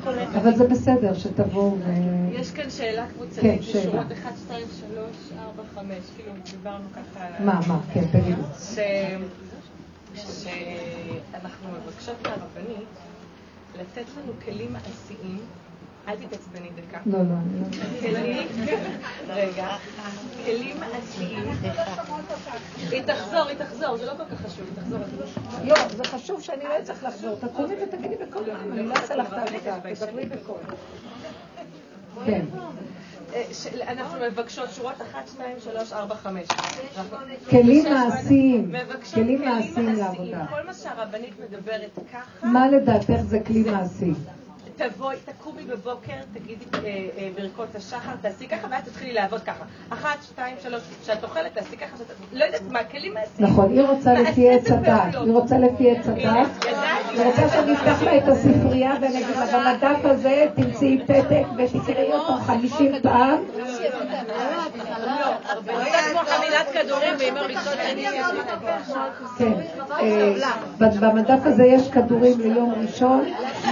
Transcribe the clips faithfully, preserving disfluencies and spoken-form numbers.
אבל זה בסדר שתבואו ו... יש כאן שאלה קבוצתית בשורות אחת, שתיים, שלוש, ארבע, חמש, כאילו דיברנו ככה... מה, מה, כן, תגידו. שאנחנו מבקשות מהרבנית לתת לנו כלים מעשיים, אל תתעצבני דקה. לא, לא, אני לא... כלים, רגע, כלים מעשיים. היא תחזור, היא תחזור, זה לא כל כך חשוב, היא תחזור. לא, זה חשוב שאני לא צריך לחזור. תקומי ותגידי בכל פעם, אני לא אעשה לך את העבודה, תדברי בכל. כן. אנחנו מבקשות שורות אחת, שתיים, שלוש, ארבע, חמש. כלים מעשיים, כלים מעשיים לעבודה. כל מה שהרבנית מדברת ככה... מה לדעתך זה כלי מעשי? תבואי, תקומי בבוקר, תגידי ברכות השחר, תעשי ככה, ואז תתחילי לעבוד ככה. אחת, שתיים, שלוש, שאת אוכלת, תעשי ככה, לא יודעת מה, כלים מעשיים. נכון, היא רוצה לפי עץ הדת, היא רוצה לפי עץ הדת, היא רוצה שאני אפתח לה את הספרייה ונגיד לה, במדף הזה תמצאי פתק ותקראי אותו חמישים פעם. לא, הרבה לא כמו חמילת כדורים בימי ראשון אני כן, במדף הזה יש כדורים ליום ראשון,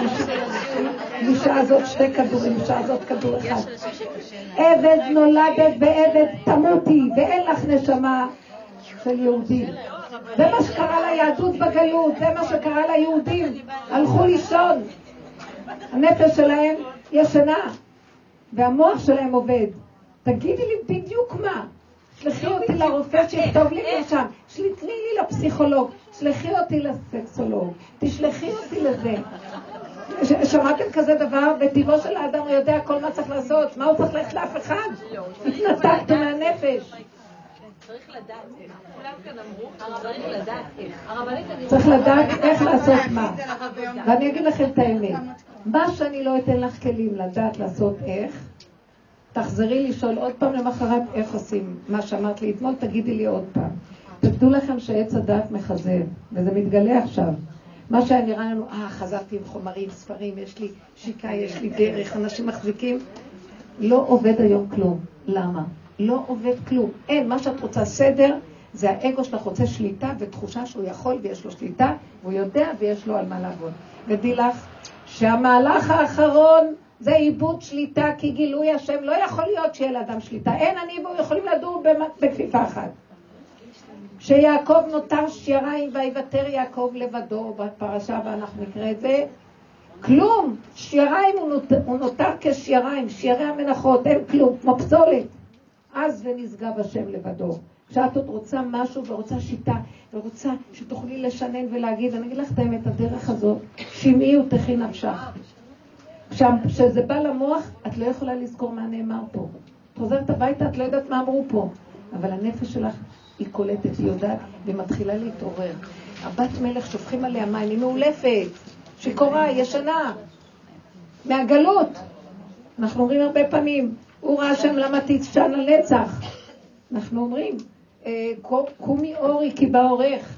משעה זאת שתי כדורים, משעה זאת כדור אחד. עבד נולדת ועבד תמותי, ואין לך נשמה של יהודים. זה מה שקרה ליהדות בגלות, זה מה שקרה ליהודים. הלכו לישון. הנפש שלהם ישנה, והמוח שלהם עובד. תגידי לי בדיוק מה. שלחי אותי לרופא שיכתוב לי משם. תני לי לפסיכולוג. שלחי אותי לסקסולוג. תשלחי אותי לזה. שמעתם כזה דבר? בטבעו של האדם הוא יודע כל מה צריך לעשות. מה הוא צריך ללכת לאף אחד? התנתקת מהנפש. צריך לדעת איך. כולם כאן אמרו, צריך לדעת איך. צריך לדעת איך לעשות מה. ואני אגיד לכם את האמת. מה שאני לא אתן לך כלים לדעת לעשות איך, תחזרי לשאול עוד פעם למחרת איך עושים מה שאמרת לי אתמול, תגידי לי עוד פעם. תדעו לכם שעץ הדעת מחזב, וזה מתגלה עכשיו. מה שהיה נראה לנו, אה, חזרתי עם חומרים, ספרים, יש לי שיקה, יש לי דרך, אנשים מחזיקים. לא עובד היום כלום. למה? לא עובד כלום. אין, מה שאת רוצה סדר, זה האגו שלך רוצה שליטה ותחושה שהוא יכול ויש לו שליטה, והוא יודע ויש לו על מה לעבוד. ודי לך שהמהלך האחרון זה איבוד שליטה, כי גילוי השם לא יכול להיות שיהיה לאדם שליטה. אין, אני והוא יכולים לדור בכפיפה אחת. שיעקב נותר שיריים ויוותר יעקב לבדו בפרשה, ואנחנו נקרא את זה. כלום, שיריים הוא נותר, הוא נותר כשיריים, שירי המנחות, אין כלום, כמו פסולת. אז ונשגב השם לבדו. כשאת עוד רוצה משהו ורוצה שיטה, ורוצה שתוכלי לשנן ולהגיד, אני אגיד לך את האמת, הדרך הזאת, שמעי ותחי נפשך. כשזה בא למוח, את לא יכולה לזכור מה נאמר פה. את חוזרת הביתה, את לא יודעת מה אמרו פה. אבל הנפש שלך היא קולטת, היא יודעת, ומתחילה להתעורר. הבת מלך שופכים עליה מים, היא מאולפת, שקורה, ישנה, מהגלות. אנחנו אומרים הרבה פעמים, הוא ראה שם למה תצ'ן לנצח. אנחנו אומרים, קומי אורי כי באורך.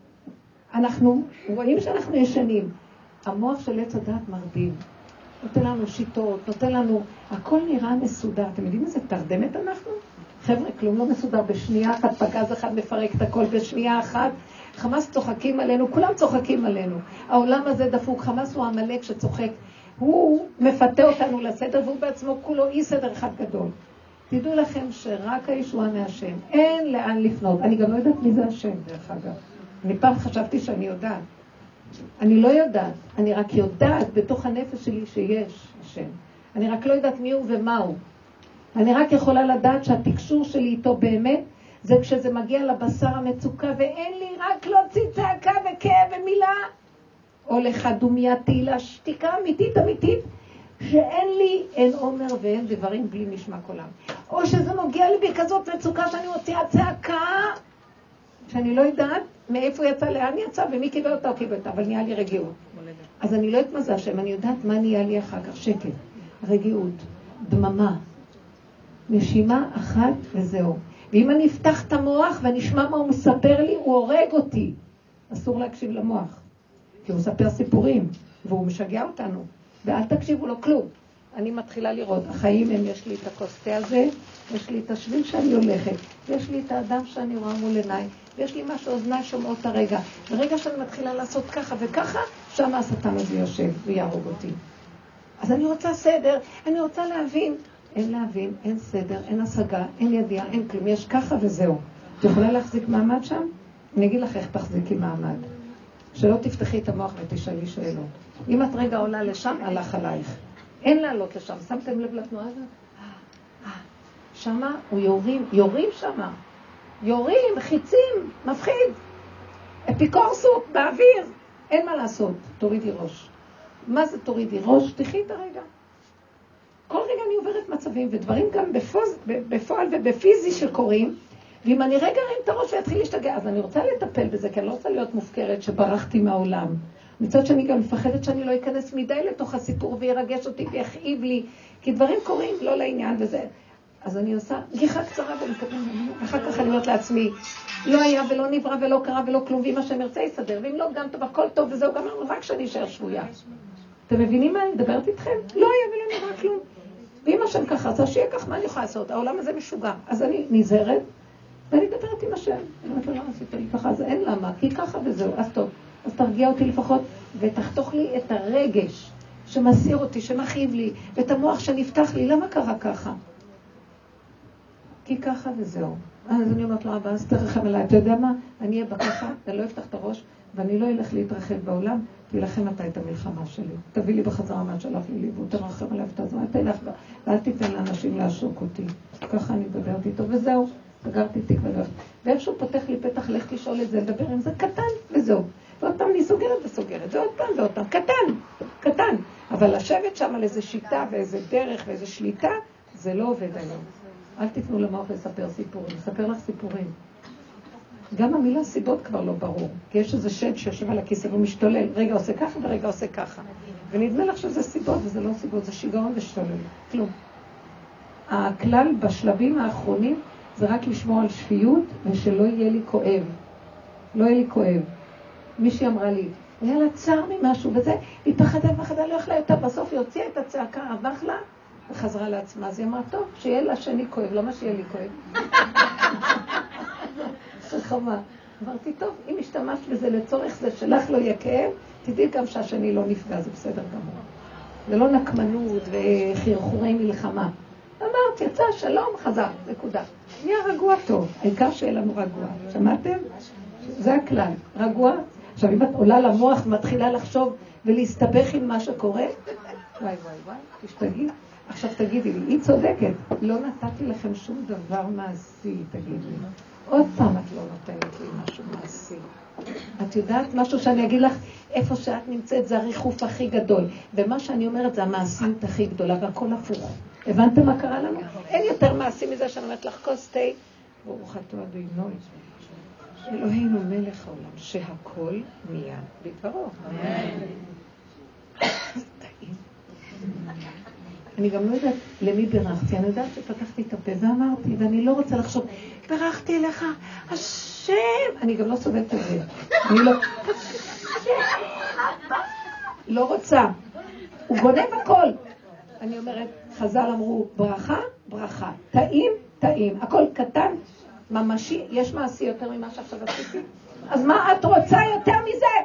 אנחנו רואים שאנחנו ישנים. המוח של עץ הדעת מרדים. נותן לנו שיטות, נותן לנו, הכל נראה מסודר. אתם יודעים איזה תרדמת אנחנו? חבר'ה, כלום לא מסודר. בשנייה אחת, פגז אחד מפרק את הכל בשנייה אחת. חמאס צוחקים עלינו, כולם צוחקים עלינו. העולם הזה דפוק, חמאס הוא המלאק שצוחק. הוא מפתה אותנו לסדר, והוא בעצמו כולו אי סדר אחד גדול. תדעו לכם שרק הישועה מהשם. אין לאן לפנות. אני גם לא יודעת מי זה השם, דרך אגב. אני פעם חשבתי שאני יודעת. אני לא יודעת. אני רק יודעת בתוך הנפש שלי שיש השם. אני רק לא יודעת מי הוא ומה הוא. אני רק יכולה לדעת שהתקשור שלי איתו באמת, זה כשזה מגיע לבשר המצוקה, ואין לי רק להוציא צעקה וכאב ומילה. או לך דומיה תהילה, שתיקה אמיתית אמיתית, שאין לי, אין עומר ואין דברים בלי נשמע קולם. או שזה נוגע לי בכזאת מצוקה שאני מוציאה צעקה, שאני לא יודעת מאיפה יצא, לאן יצא, ומי קיבל אותה או קיבל אותה, אבל נהיה לי רגיעות. אז אני לא יודעת מה זה השם, אני יודעת מה נהיה לי אחר כך, שקט, רגיעות, דממה, נשימה אחת וזהו. ואם אני אפתח את המוח ונשמע מה הוא מספר לי, הוא הורג אותי. אסור להקשיב למוח. כי הוא מספר סיפורים, והוא משגע אותנו, ואל תקשיבו לו כלום. אני מתחילה לראות, החיים הם, יש לי את הכוסטה הזה, יש לי את השביל שאני הולכת, יש לי את האדם שאני רואה מול עיניי, ויש לי מה שאוזניי שומעות את הרגע. ברגע שאני מתחילה לעשות ככה וככה, שם השטן הזה יושב ויהרוג אותי. אז אני רוצה סדר, אני רוצה להבין. אין להבין, אין סדר, אין השגה, אין ידיעה, אין כלום. יש ככה וזהו. את יכולה להחזיק מעמד שם? אני אגיד לך איך תחזיקי מעמד. שלא תפתחי את המוח ותשאלי שאלות. אם את רגע עולה לשם, הלך עלייך. אין לעלות לשם. שמתם לב לתנועה הזאת? שמה הוא יורים, יורים שמה. יורים, חיצים, מפחיד. אפיקורסות, באוויר. אין מה לעשות, תורידי ראש. מה זה תורידי ראש? תחי את הרגע. כל רגע אני עוברת מצבים ודברים גם בפוז, בפועל ובפיזי שקורים, ואם אני רגע רים את הראש ויתחיל להשתגע, אז אני רוצה לטפל בזה, כי אני לא רוצה להיות מופקרת שברחתי מהעולם. מצד שאני גם מפחדת שאני לא אכנס מדי לתוך הסיפור וירגש אותי ויכאיב לי, כי דברים קורים לא לעניין וזה. אז אני עושה גיחה קצרה ומקבל, אחר כך אני אומרת לעצמי, לא היה ולא נברא ולא קרה ולא כלום, ואם השם ירצה יסדר, ואם לא גם טוב, הכל טוב וזהו גם רק שאני אשאר שבויה. אתם מבינים מה אני מדברת איתכם? לא היה ולא נברא כלום. ואם השם ככה, אז שיהיה כך, מה אני יכולה לעשות? העולם הזה משוגע. אז אני נזהרת, ואני מדברת עם השם. אני אומרת לו, לא עשית לי ככה, אז אין למה, כי ככה וזהו. אז טוב, אז תרגיע אותי לפחות, ותחתוך לי את הרגש שמסיר אותי, שמכאיב לי, ואת המוח שנפתח לי. למה קרה ככה? כי ככה וזהו. אז אני אומרת לו, אבא, אז תרחם עליי. אתה יודע מה? אני אהיה בככה, אני לא אפתח את הראש, ואני לא אלך להתרחב בעולם, תילחם אתה את המלחמה שלי. תביא לי בחזרה מה שלח לי ליבו, תרחם עליי ותעזור, תלך בה, ואל תיתן לאנשים לעשוק אותי. ככה אני מדברת איתו, וזהו. סגרתי תיק ודבר. ואיפשהו פותח לי פתח, לך לשאול את זה, לדבר עם זה קטן, וזהו. ועוד פעם אני סוגרת וסוגרת, ועוד פעם ועוד פעם, קטן, קטן. אבל לשבת שם על איזה שיטה ואיזה דרך ואיזה שליטה, זה לא עובד היום. אל תתנו למוח לספר סיפורים, לספר לך סיפורים. גם המילה סיבות כבר לא ברור, כי יש איזה שד שיושב על הכיסא והוא משתולל, רגע עושה ככה ורגע עושה ככה. ונדמה לך שזה סיבות, וזה לא סיבות, זה שיגעון ושתולל. כלום. הכלל בשלבים האחרונים זה רק לשמור על שפיות ושלא יהיה לי כואב. לא יהיה לי כואב. מישהי אמרה לי, היה לה צער ממשהו וזה, היא פחדה ופחדה, לא יכלה יותר, בסוף היא הוציאה את הצעקה, עבך לה, וחזרה לעצמה. אז היא אמרה, טוב, שיהיה לה שני כואב, למה שיהיה לי כואב? חכמה. אמרתי, טוב, אם השתמשת בזה לצורך זה שלך לא יהיה כאב, תדעי גם שהשני לא נפגע, זה בסדר גמור. זה לא נקמנות וחרחורי מלחמה. אמרת, יצא שלום, חזר, נקודה. נהיה רגוע טוב, העיקר שיהיה לנו רגוע. שמעתם? זה הכלל, רגוע. עכשיו, אם את עולה למוח ומתחילה לחשוב ולהסתבך עם מה שקורה, וואי וואי וואי, תשתגעי. עכשיו תגידי לי, היא צודקת, לא נתתי לכם שום דבר מעשי, תגידי לי. עוד פעם את לא נותנת לי משהו מעשי. את יודעת משהו שאני אגיד לך, איפה שאת נמצאת זה הריחוף הכי גדול, ומה שאני אומרת זה המעשיות הכי גדולה, והכל הפוך. הבנתם מה קרה לנו? אין יותר מעשי מזה שאני אומרת לך כוס תה, ברוך אתה אדוני, אלוהינו מלך העולם, שהכל נהיה בדברו. אני גם לא יודעת למי בירכתי, אני יודעת שפתחתי את הפה ואמרתי, ואני לא רוצה לחשוב, בירכתי אליך, השם, אני גם לא סובלת את זה, אני לא, לא רוצה, הוא גונב הכל. אני אומרת, חז"ל אמרו, ברכה, ברכה, טעים, טעים, הכל קטן, ממשי, יש מעשי יותר ממה שעכשיו עשיתי, אז מה את רוצה יותר מזה?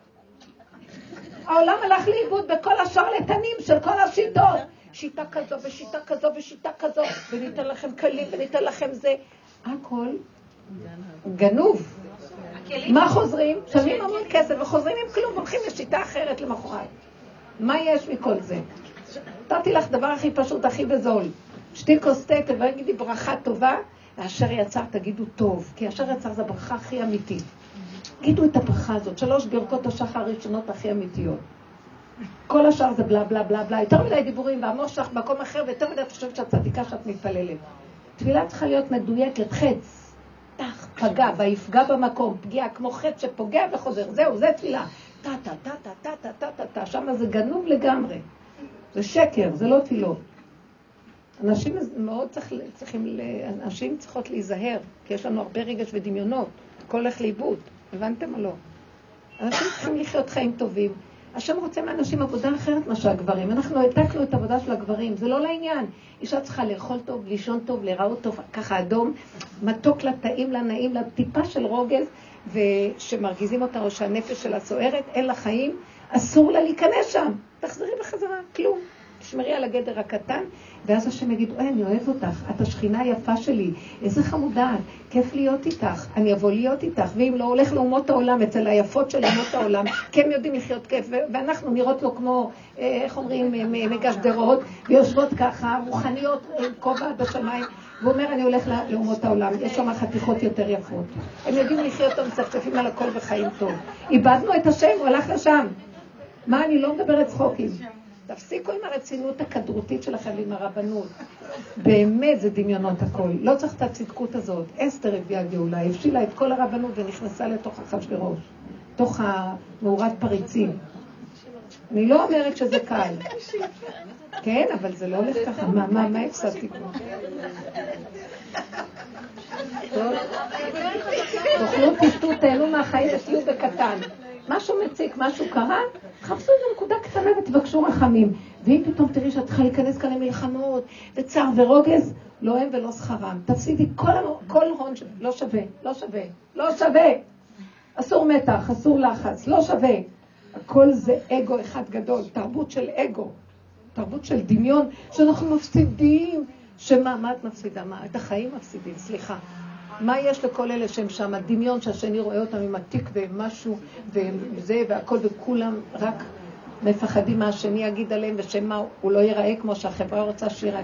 העולם הלך לאיבוד בכל השרלטנים של כל השיטות, שיטה כזו ושיטה כזו ושיטה כזו, וניתן לכם כלים וניתן לכם זה. הכל גנוב. מה חוזרים? שמים המון כסף וחוזרים עם כלום, הולכים לשיטה אחרת למחרת. מה יש מכל זה? נתתי לך דבר הכי פשוט, הכי בזול. שתי כוס תה, תגידי ברכה טובה, ואשר יצר תגידו טוב, כי אשר יצר זה הברכה הכי אמיתית. תגידו את הברכה הזאת, שלוש ברכות השחר הראשונות הכי אמיתיות. כל השאר זה בלה בלה בלה בלה, יותר מדי דיבורים, והמוח שלך במקום אחר, ויותר מדי חושבת שאת צדיקה שאת מתפללת. תפילה צריכה להיות מדויקת, חץ, תח, פגע, ויפגע במקום, פגיע כמו חץ שפוגע וחוזר, זהו, זה תפילה. טה טה טה טה טה טה טה טה טה, שם זה גנוב לגמרי. זה שקר, זה לא תפילות. אנשים מאוד צריכים, אנשים צריכות להיזהר, כי יש לנו הרבה רגש ודמיונות, הכל הולך לאיבוד, הבנתם או לא? אנשים צריכים לחיות חיים טובים. השם רוצה מאנשים עבודה אחרת מה שהגברים. אנחנו העתקנו את העבודה של הגברים, זה לא לעניין. אישה צריכה לאכול טוב, לישון טוב, להיראות טוב, ככה אדום, מתוק לה, טעים לה, נעים לה, טיפה של רוגז, ושמרגיזים אותה או שהנפש שלה סוערת, אין לה חיים, אסור לה להיכנס שם. תחזרי בחזרה, כלום. תשמרי על הגדר הקטן, ואז השם יגיד, אוי, אני אוהב אותך, את השכינה היפה שלי, איזה חמודה, כיף להיות איתך, אני אבוא להיות איתך, ואם לא הולך לאומות העולם, אצל היפות של אומות העולם, כי הם יודעים לחיות כיף, ואנחנו נראות לו כמו, איך אומרים, מגשדרות, ויושבות ככה, רוחניות, כובע עד השמיים, והוא אומר, אני הולך לאומות העולם, יש שם חתיכות יותר יפות. הם יודעים לחיות אותם, מצפצפים על הכל וחיים טוב. איבדנו את השם, הוא הלך לשם. מה, אני לא מדברת צחוקים. תפסיקו עם הרצינות הכדרותית שלכם עם הרבנות. באמת זה דמיונות הכל. לא צריך את הצדקות הזאת. אסתר הביאה גאולה, הבשילה את כל הרבנות ונכנסה לתוך אחשוורוש. תוך המאורת פריצים. אני לא אומרת שזה קל. כן, אבל זה לא הולך ככה. מה, מה, מה הפסדתי פה? תאכלו, תשתו, תהנו מהחיים ותהיו בקטן. משהו מציק, משהו קרה, חפשו איזו נקודה קטנה ותבקשו רחמים. ואם פתאום תראי שאת צריכה להיכנס כאן למלחמות, וצער ורוגז, לא הם ולא שכרם. תפסידי כל, כל הון, ש... לא שווה, לא שווה, לא שווה. אסור מתח, אסור לחץ, לא שווה. הכל זה אגו אחד גדול, תרבות של אגו, תרבות של דמיון, שאנחנו מפסידים. שמה, מה את מפסידה? מה? את החיים מפסידים, סליחה. מה יש לכל אלה שהם שם? הדמיון שהשני רואה אותם עם התיק ומשהו וזה והכל, וכולם רק מפחדים מה השני יגיד עליהם, ושמה הוא לא ייראה כמו שהחברה רוצה שיראה.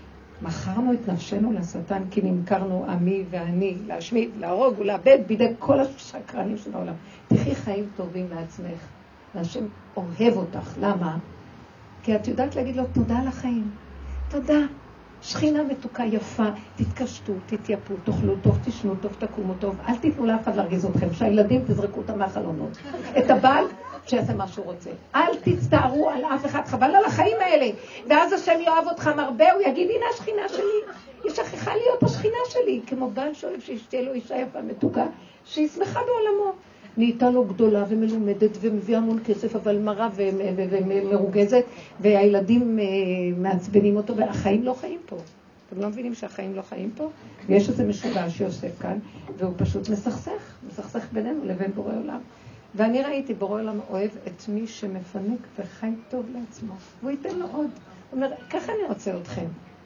מכרנו את נפשנו לשטן כי נמכרנו עמי ואני להשמיד, להרוג ולאבד בידי כל השקרנים של העולם. תחי חיים טובים לעצמך, והשם אוהב אותך. למה? כי את יודעת להגיד לו תודה על החיים, תודה. שכינה מתוקה יפה, תתקשטו, תתייפו, תאכלו טוב, תשנו טוב, תקומו טוב, אל תיתנו לאף אחד להרגיז אתכם, שהילדים תזרקו אותם מהחלונות. את הבעל, שיעשה מה שהוא רוצה. אל תצטערו על אף אחד, חבל על החיים האלה. ואז השם יאהב אותך מרבה, הוא יגיד, הנה השכינה שלי. היא שכחה להיות השכינה שלי, כמו בעל שואף שתהיה לו אישה יפה מתוקה, שהיא שמחה בעולמו. נהייתה לו גדולה ומלומדת ומביאה המון כסף, אבל מרה ומרוגזת, והילדים מעצבנים אותו, והחיים לא חיים פה. אתם לא מבינים שהחיים לא חיים פה? ויש איזה משוגע שיושב כאן, והוא פשוט מסכסך, מסכסך בינינו לבין בורא עולם. ואני ראיתי, בורא עולם אוהב את מי שמפנק וחי טוב לעצמו. והוא ייתן לו עוד. הוא אומר, ככה אני רוצה אתכם.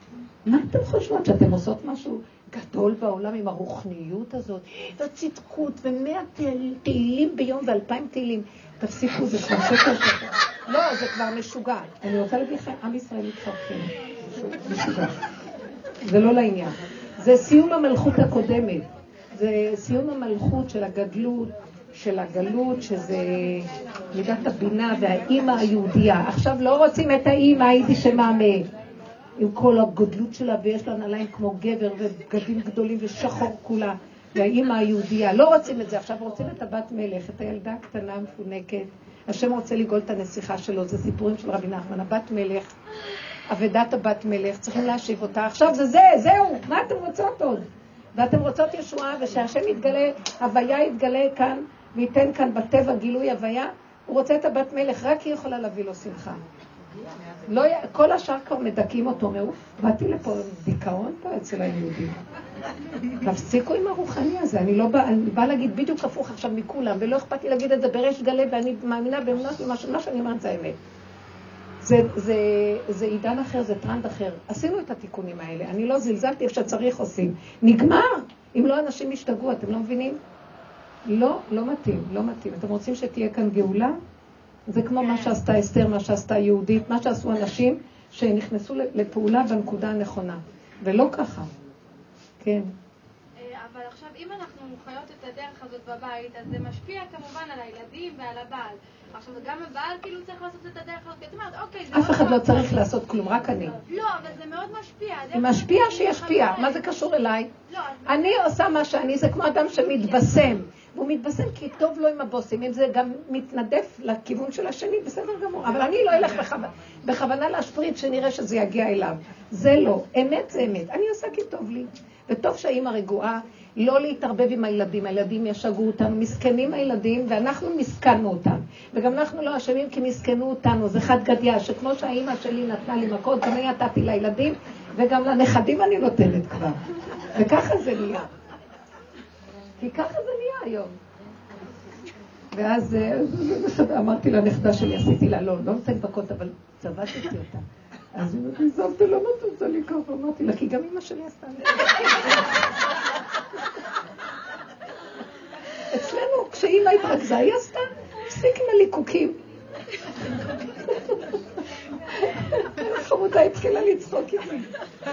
מה אתם חושבות שאתם עושות משהו גדול בעולם עם הרוחניות הזאת, והצדקות, ומאה תהילים ביום ואלפיים תהילים? תפסיקו, זה כבר שקר שקר. לא, זה כבר משוגע. אני רוצה להגיד לכם, עם ישראל מתחרפים. משוגע. זה לא לעניין. זה סיום המלכות הקודמת. זה סיום המלכות של הגדלות, של הגלות, שזה מידת הבינה והאימא היהודייה. עכשיו לא רוצים את האימא, הייתי שמאמה. עם כל הגודלות שלה, ויש לה נעליים כמו גבר, ובגדים גדולים ושחור כולה, והאימא היהודייה. לא רוצים את זה, עכשיו רוצים את הבת מלך, את הילדה הקטנה המפונקת. השם רוצה לגאול את הנסיכה שלו, זה סיפורים של רבי נחמן, הבת מלך, עבדת הבת מלך, צריכים להשיב אותה. עכשיו זה זה, זהו, מה אתם רוצות עוד? ואתם רוצות ישועה, ושהשם יתגלה, הוויה יתגלה כאן, וייתן כאן בטבע גילוי הוויה, הוא רוצה את הבת מלך, רק היא יכולה להביא לו שמחה. לא, כל השאר כבר מדקים אותו, מעוף. באתי לפה דיכאון פה אצל היהודים. תפסיקו עם הרוחני הזה, אני לא באה, אני באה להגיד בדיוק הפוך עכשיו מכולם, ולא אכפת לי להגיד את זה בריש גלי, ואני מאמינה באמונה של מה שאני אומרת זה האמת. זה, זה, זה עידן אחר, זה טרנד אחר. עשינו את התיקונים האלה, אני לא זלזלתי איפה שצריך עושים. נגמר! אם לא אנשים ישתגעו, אתם לא מבינים? לא, לא מתאים, לא מתאים. אתם רוצים שתהיה כאן גאולה? זה כמו מה שעשתה אסתר, מה שעשתה יהודית, מה שעשו אנשים שנכנסו לפעולה בנקודה הנכונה. ולא ככה. כן. אבל עכשיו, אם אנחנו חיות את הדרך הזאת בבית, אז זה משפיע כמובן על הילדים ועל הבעל. עכשיו, גם הבעל כאילו צריך לעשות את הדרך הזאת. זאת אומרת, אוקיי, אף אחד לא צריך לעשות כלום, רק אני. לא, אבל זה מאוד משפיע. משפיע שישפיע. מה זה קשור אליי? אני עושה מה שאני, זה כמו אדם שמתבשם. והוא מתבשם כי טוב לו עם הבוסים, אם זה גם מתנדף לכיוון של השני, בסדר גמור. אבל אני לא אלך בכוונה, בכוונה להשפריץ שנראה שזה יגיע אליו. זה לא. אמת זה אמת. אני עושה כי טוב לי. וטוב שהאימא רגועה, לא להתערבב עם הילדים. הילדים ישגעו אותנו, מסכנים הילדים, ואנחנו מסכנו אותם. וגם אנחנו לא אשמים כי מסכנו אותנו. זה חד גדיה, שכמו שהאימא שלי נתנה לי מכות, גם אני נתתי לילדים, וגם לנכדים אני נותנת כבר. וככה זה נהיה. כי ככה זה נהיה היום. ואז אמרתי לנכדה שלי, עשיתי לה, לא, לא נותן בקות, אבל צבטתי אותה. אז היא אמרתי, סבתא, למה את עושה לי ככה? אמרתי לה, כי גם אמא שלי עשתה לי. אצלנו, כשאמא התרכזה, היא עשתה, הפסיק עם הליקוקים. חמודה התחילה לצחוק עם זה.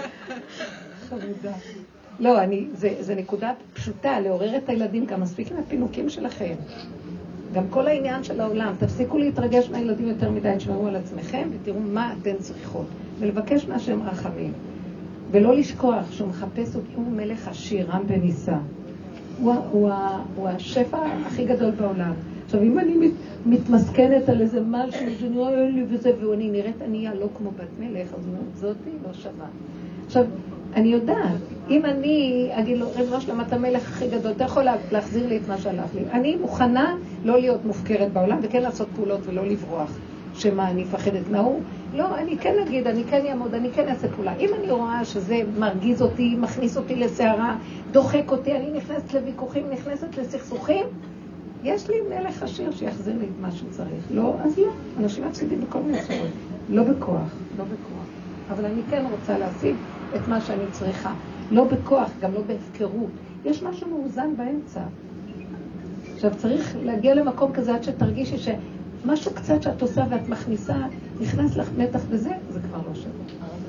חמודה. לא, אני, זה, זה נקודה פשוטה, לעורר את הילדים, גם מספיק עם הפינוקים שלכם. גם כל העניין של העולם, תפסיקו להתרגש מהילדים יותר מדי, תשמעו על עצמכם ותראו מה אתן צריכות. ולבקש מהשם רחמים. ולא לשכוח שהוא מחפש אותי, הוא מלך עשיר, רם ונישא. הוא, הוא, הוא השפע הכי גדול בעולם. עכשיו, אם אני מת, מתמסכנת על איזה משהו, שנראה לי וזה, ואני נראית ענייה לא כמו בת מלך, אז זאתי לא שווה. עכשיו, אני יודעת, אם אני אגיד לו, רב שלמה, אתה המלך הכי גדול, אתה יכול להחזיר לי את מה שהלך לי. אני מוכנה לא להיות מופקרת בעולם, וכן לעשות פעולות ולא לברוח. שמה, אני מפחדת מהוא? לא, אני כן אגיד, אני כן יעמוד, אני כן אעשה פעולה. אם אני רואה שזה מרגיז אותי, מכניס אותי לסערה, דוחק אותי, אני נכנסת לוויכוחים, נכנסת לסכסוכים, יש לי מלך עשיר שיחזיר לי את מה שצריך. לא, אז לא. אנשים מפסידים בכל מיני צורות. לא בכוח, לא בכוח. אבל אני כן רוצה להשיג את מה שאני צריכה. לא בכוח, גם לא בהפקרות. יש משהו מאוזן באמצע. עכשיו צריך להגיע למקום כזה עד שתרגישי שמשהו קצת שאת עושה ואת מכניסה, נכנס לך מתח בזה, זה כבר לא שווה.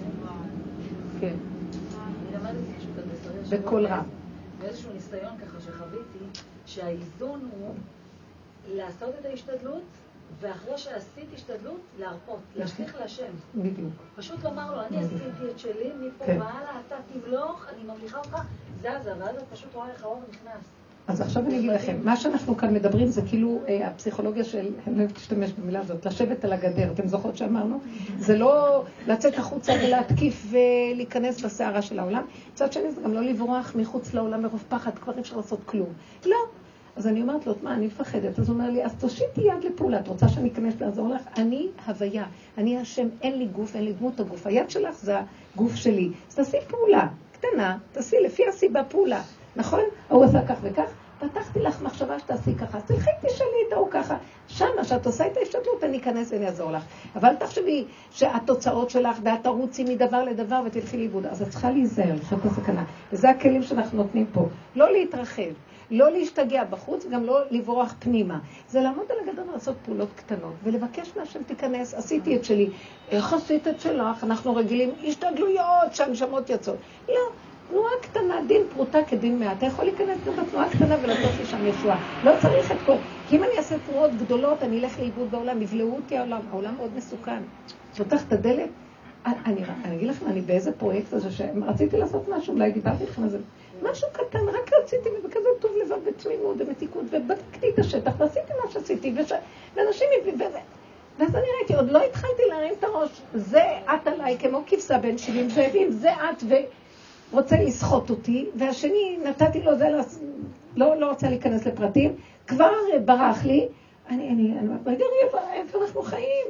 כן. אני למדתי פשוט על בשרי בכל רב. באיזשהו ניסיון ככה שחוויתי, שהאיזון הוא לעשות את ההשתדלות, ואחרי שעשית השתדלות, להרפות, להשליך להשם. בדיוק. פשוט לומר לו, אני עשיתי את שלי, מפה והלאה, אתה תמלוך, אני ממליכה אותך, זזה, ואז את פשוט רואה איך האור נכנס. אז עכשיו אני אגיד לכם, מה שאנחנו כאן מדברים זה כאילו הפסיכולוגיה של, אני לא תשתמש במילה הזאת, לשבת על הגדר, אתם זוכרות שאמרנו? זה לא לצאת החוצה ולהתקיף ולהיכנס בסערה של העולם. מצד שני זה גם לא לברוח מחוץ לעולם מרוב פחד, כבר אי אפשר לעשות כלום. לא. אז אני אומרת לו, מה, אני מפחדת. אז הוא אומר לי, אז תושיטי יד לפעולה, את רוצה שאני אכנס לעזור לך? אני הוויה, אני השם, אין לי גוף, אין לי דמות הגוף. היד שלך זה הגוף שלי. אז תעשי פעולה קטנה, תעשי לפי הסיבה פעולה. נכון? הוא עשה כך וכך, פתחתי לך מחשבה שתעשי ככה, אז תלכי תשאלי את ההוא ככה, שמה שאת עושה את ההשתדלות, אני אכנס ואני אעזור לך. אבל תחשבי שהתוצאות שלך ואת תרוצי מדבר לדבר ותלכי לאיבוד, אז את צריכה להיזהר, לחיות בסכנה. וזה הכלים שאנחנו נותנים פה. לא להתרחב, לא להשתגע בחוץ, גם לא לברוח פנימה. זה לעמוד על הגדר ולעשות פעולות קטנות, ולבקש מהשם תיכנס, עשיתי את שלי. איך עשית את שלך? אנחנו רגילים השתדלויות שהנשמות יצאות. לא. תנועה קטנה, דין פרוטה כדין מעט. אתה יכול להיכנס גם בתנועה קטנה ולעשות לשם ישועה. לא צריך את כל... כי אם אני אעשה תנועות גדולות, אני אלך לאיבוד בעולם, יבלעו אותי העולם. העולם מאוד מסוכן. פותח את הדלת. אני, אני, אני אגיד לכם, אני באיזה פרויקט הזה שרציתי לעשות משהו, אולי דיברתי לכם על זה. משהו קטן, רק רציתי, ובכזה טוב לבד בתמימות ומתיקות, ובדקתי את השטח, ועשיתי מה שעשיתי, וש... ואנשים הביא... ואז אני ראיתי, עוד לא התחלתי להרים את הראש. זה את עליי, כמו כבשה בין שבעים זאבים, זה את ו... רוצה לסחוט אותי, והשני נתתי לו זה, לא, לא רוצה להיכנס לפרטים, כבר ברח לי, אני, אני, אני, רגע, איפה אנחנו חיים?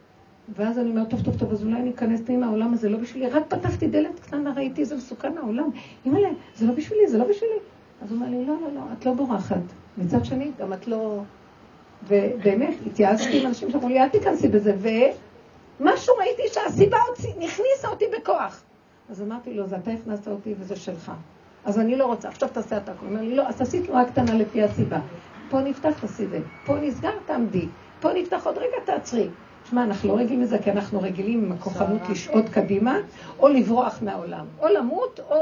ואז אני אומר, טוב, טוב, טוב, אז אולי אני אכנס פנימה, העולם הזה לא בשבילי, רק פתחתי דלת קטנה, ראיתי איזה מסוכן העולם, אימא'לה, זה לא בשבילי, זה לא בשבילי. אז הוא אומר לי, לא, לא, לא, את לא בורחת. מצד שני, גם את לא... ובאמת, התייעצתי עם אנשים שאמרו לי, אל תיכנסי בזה, ומשהו ראיתי שהסיבה נכניסה אותי בכוח. אז אמרתי לו, זה אתה הכנסת אותי וזה שלך. אז אני לא רוצה, עכשיו תעשה אתה. הוא אומר לי, לא, אז תעשי תנועה קטנה לפי הסיבה. פה נפתח, תעשי זה. פה נסגר, תעמדי. פה נפתח עוד רגע, תעצרי. שמע, אנחנו לא רגילים לזה, כי אנחנו רגילים עם הכוחנות לשעות קדימה, או לברוח מהעולם. או למות, או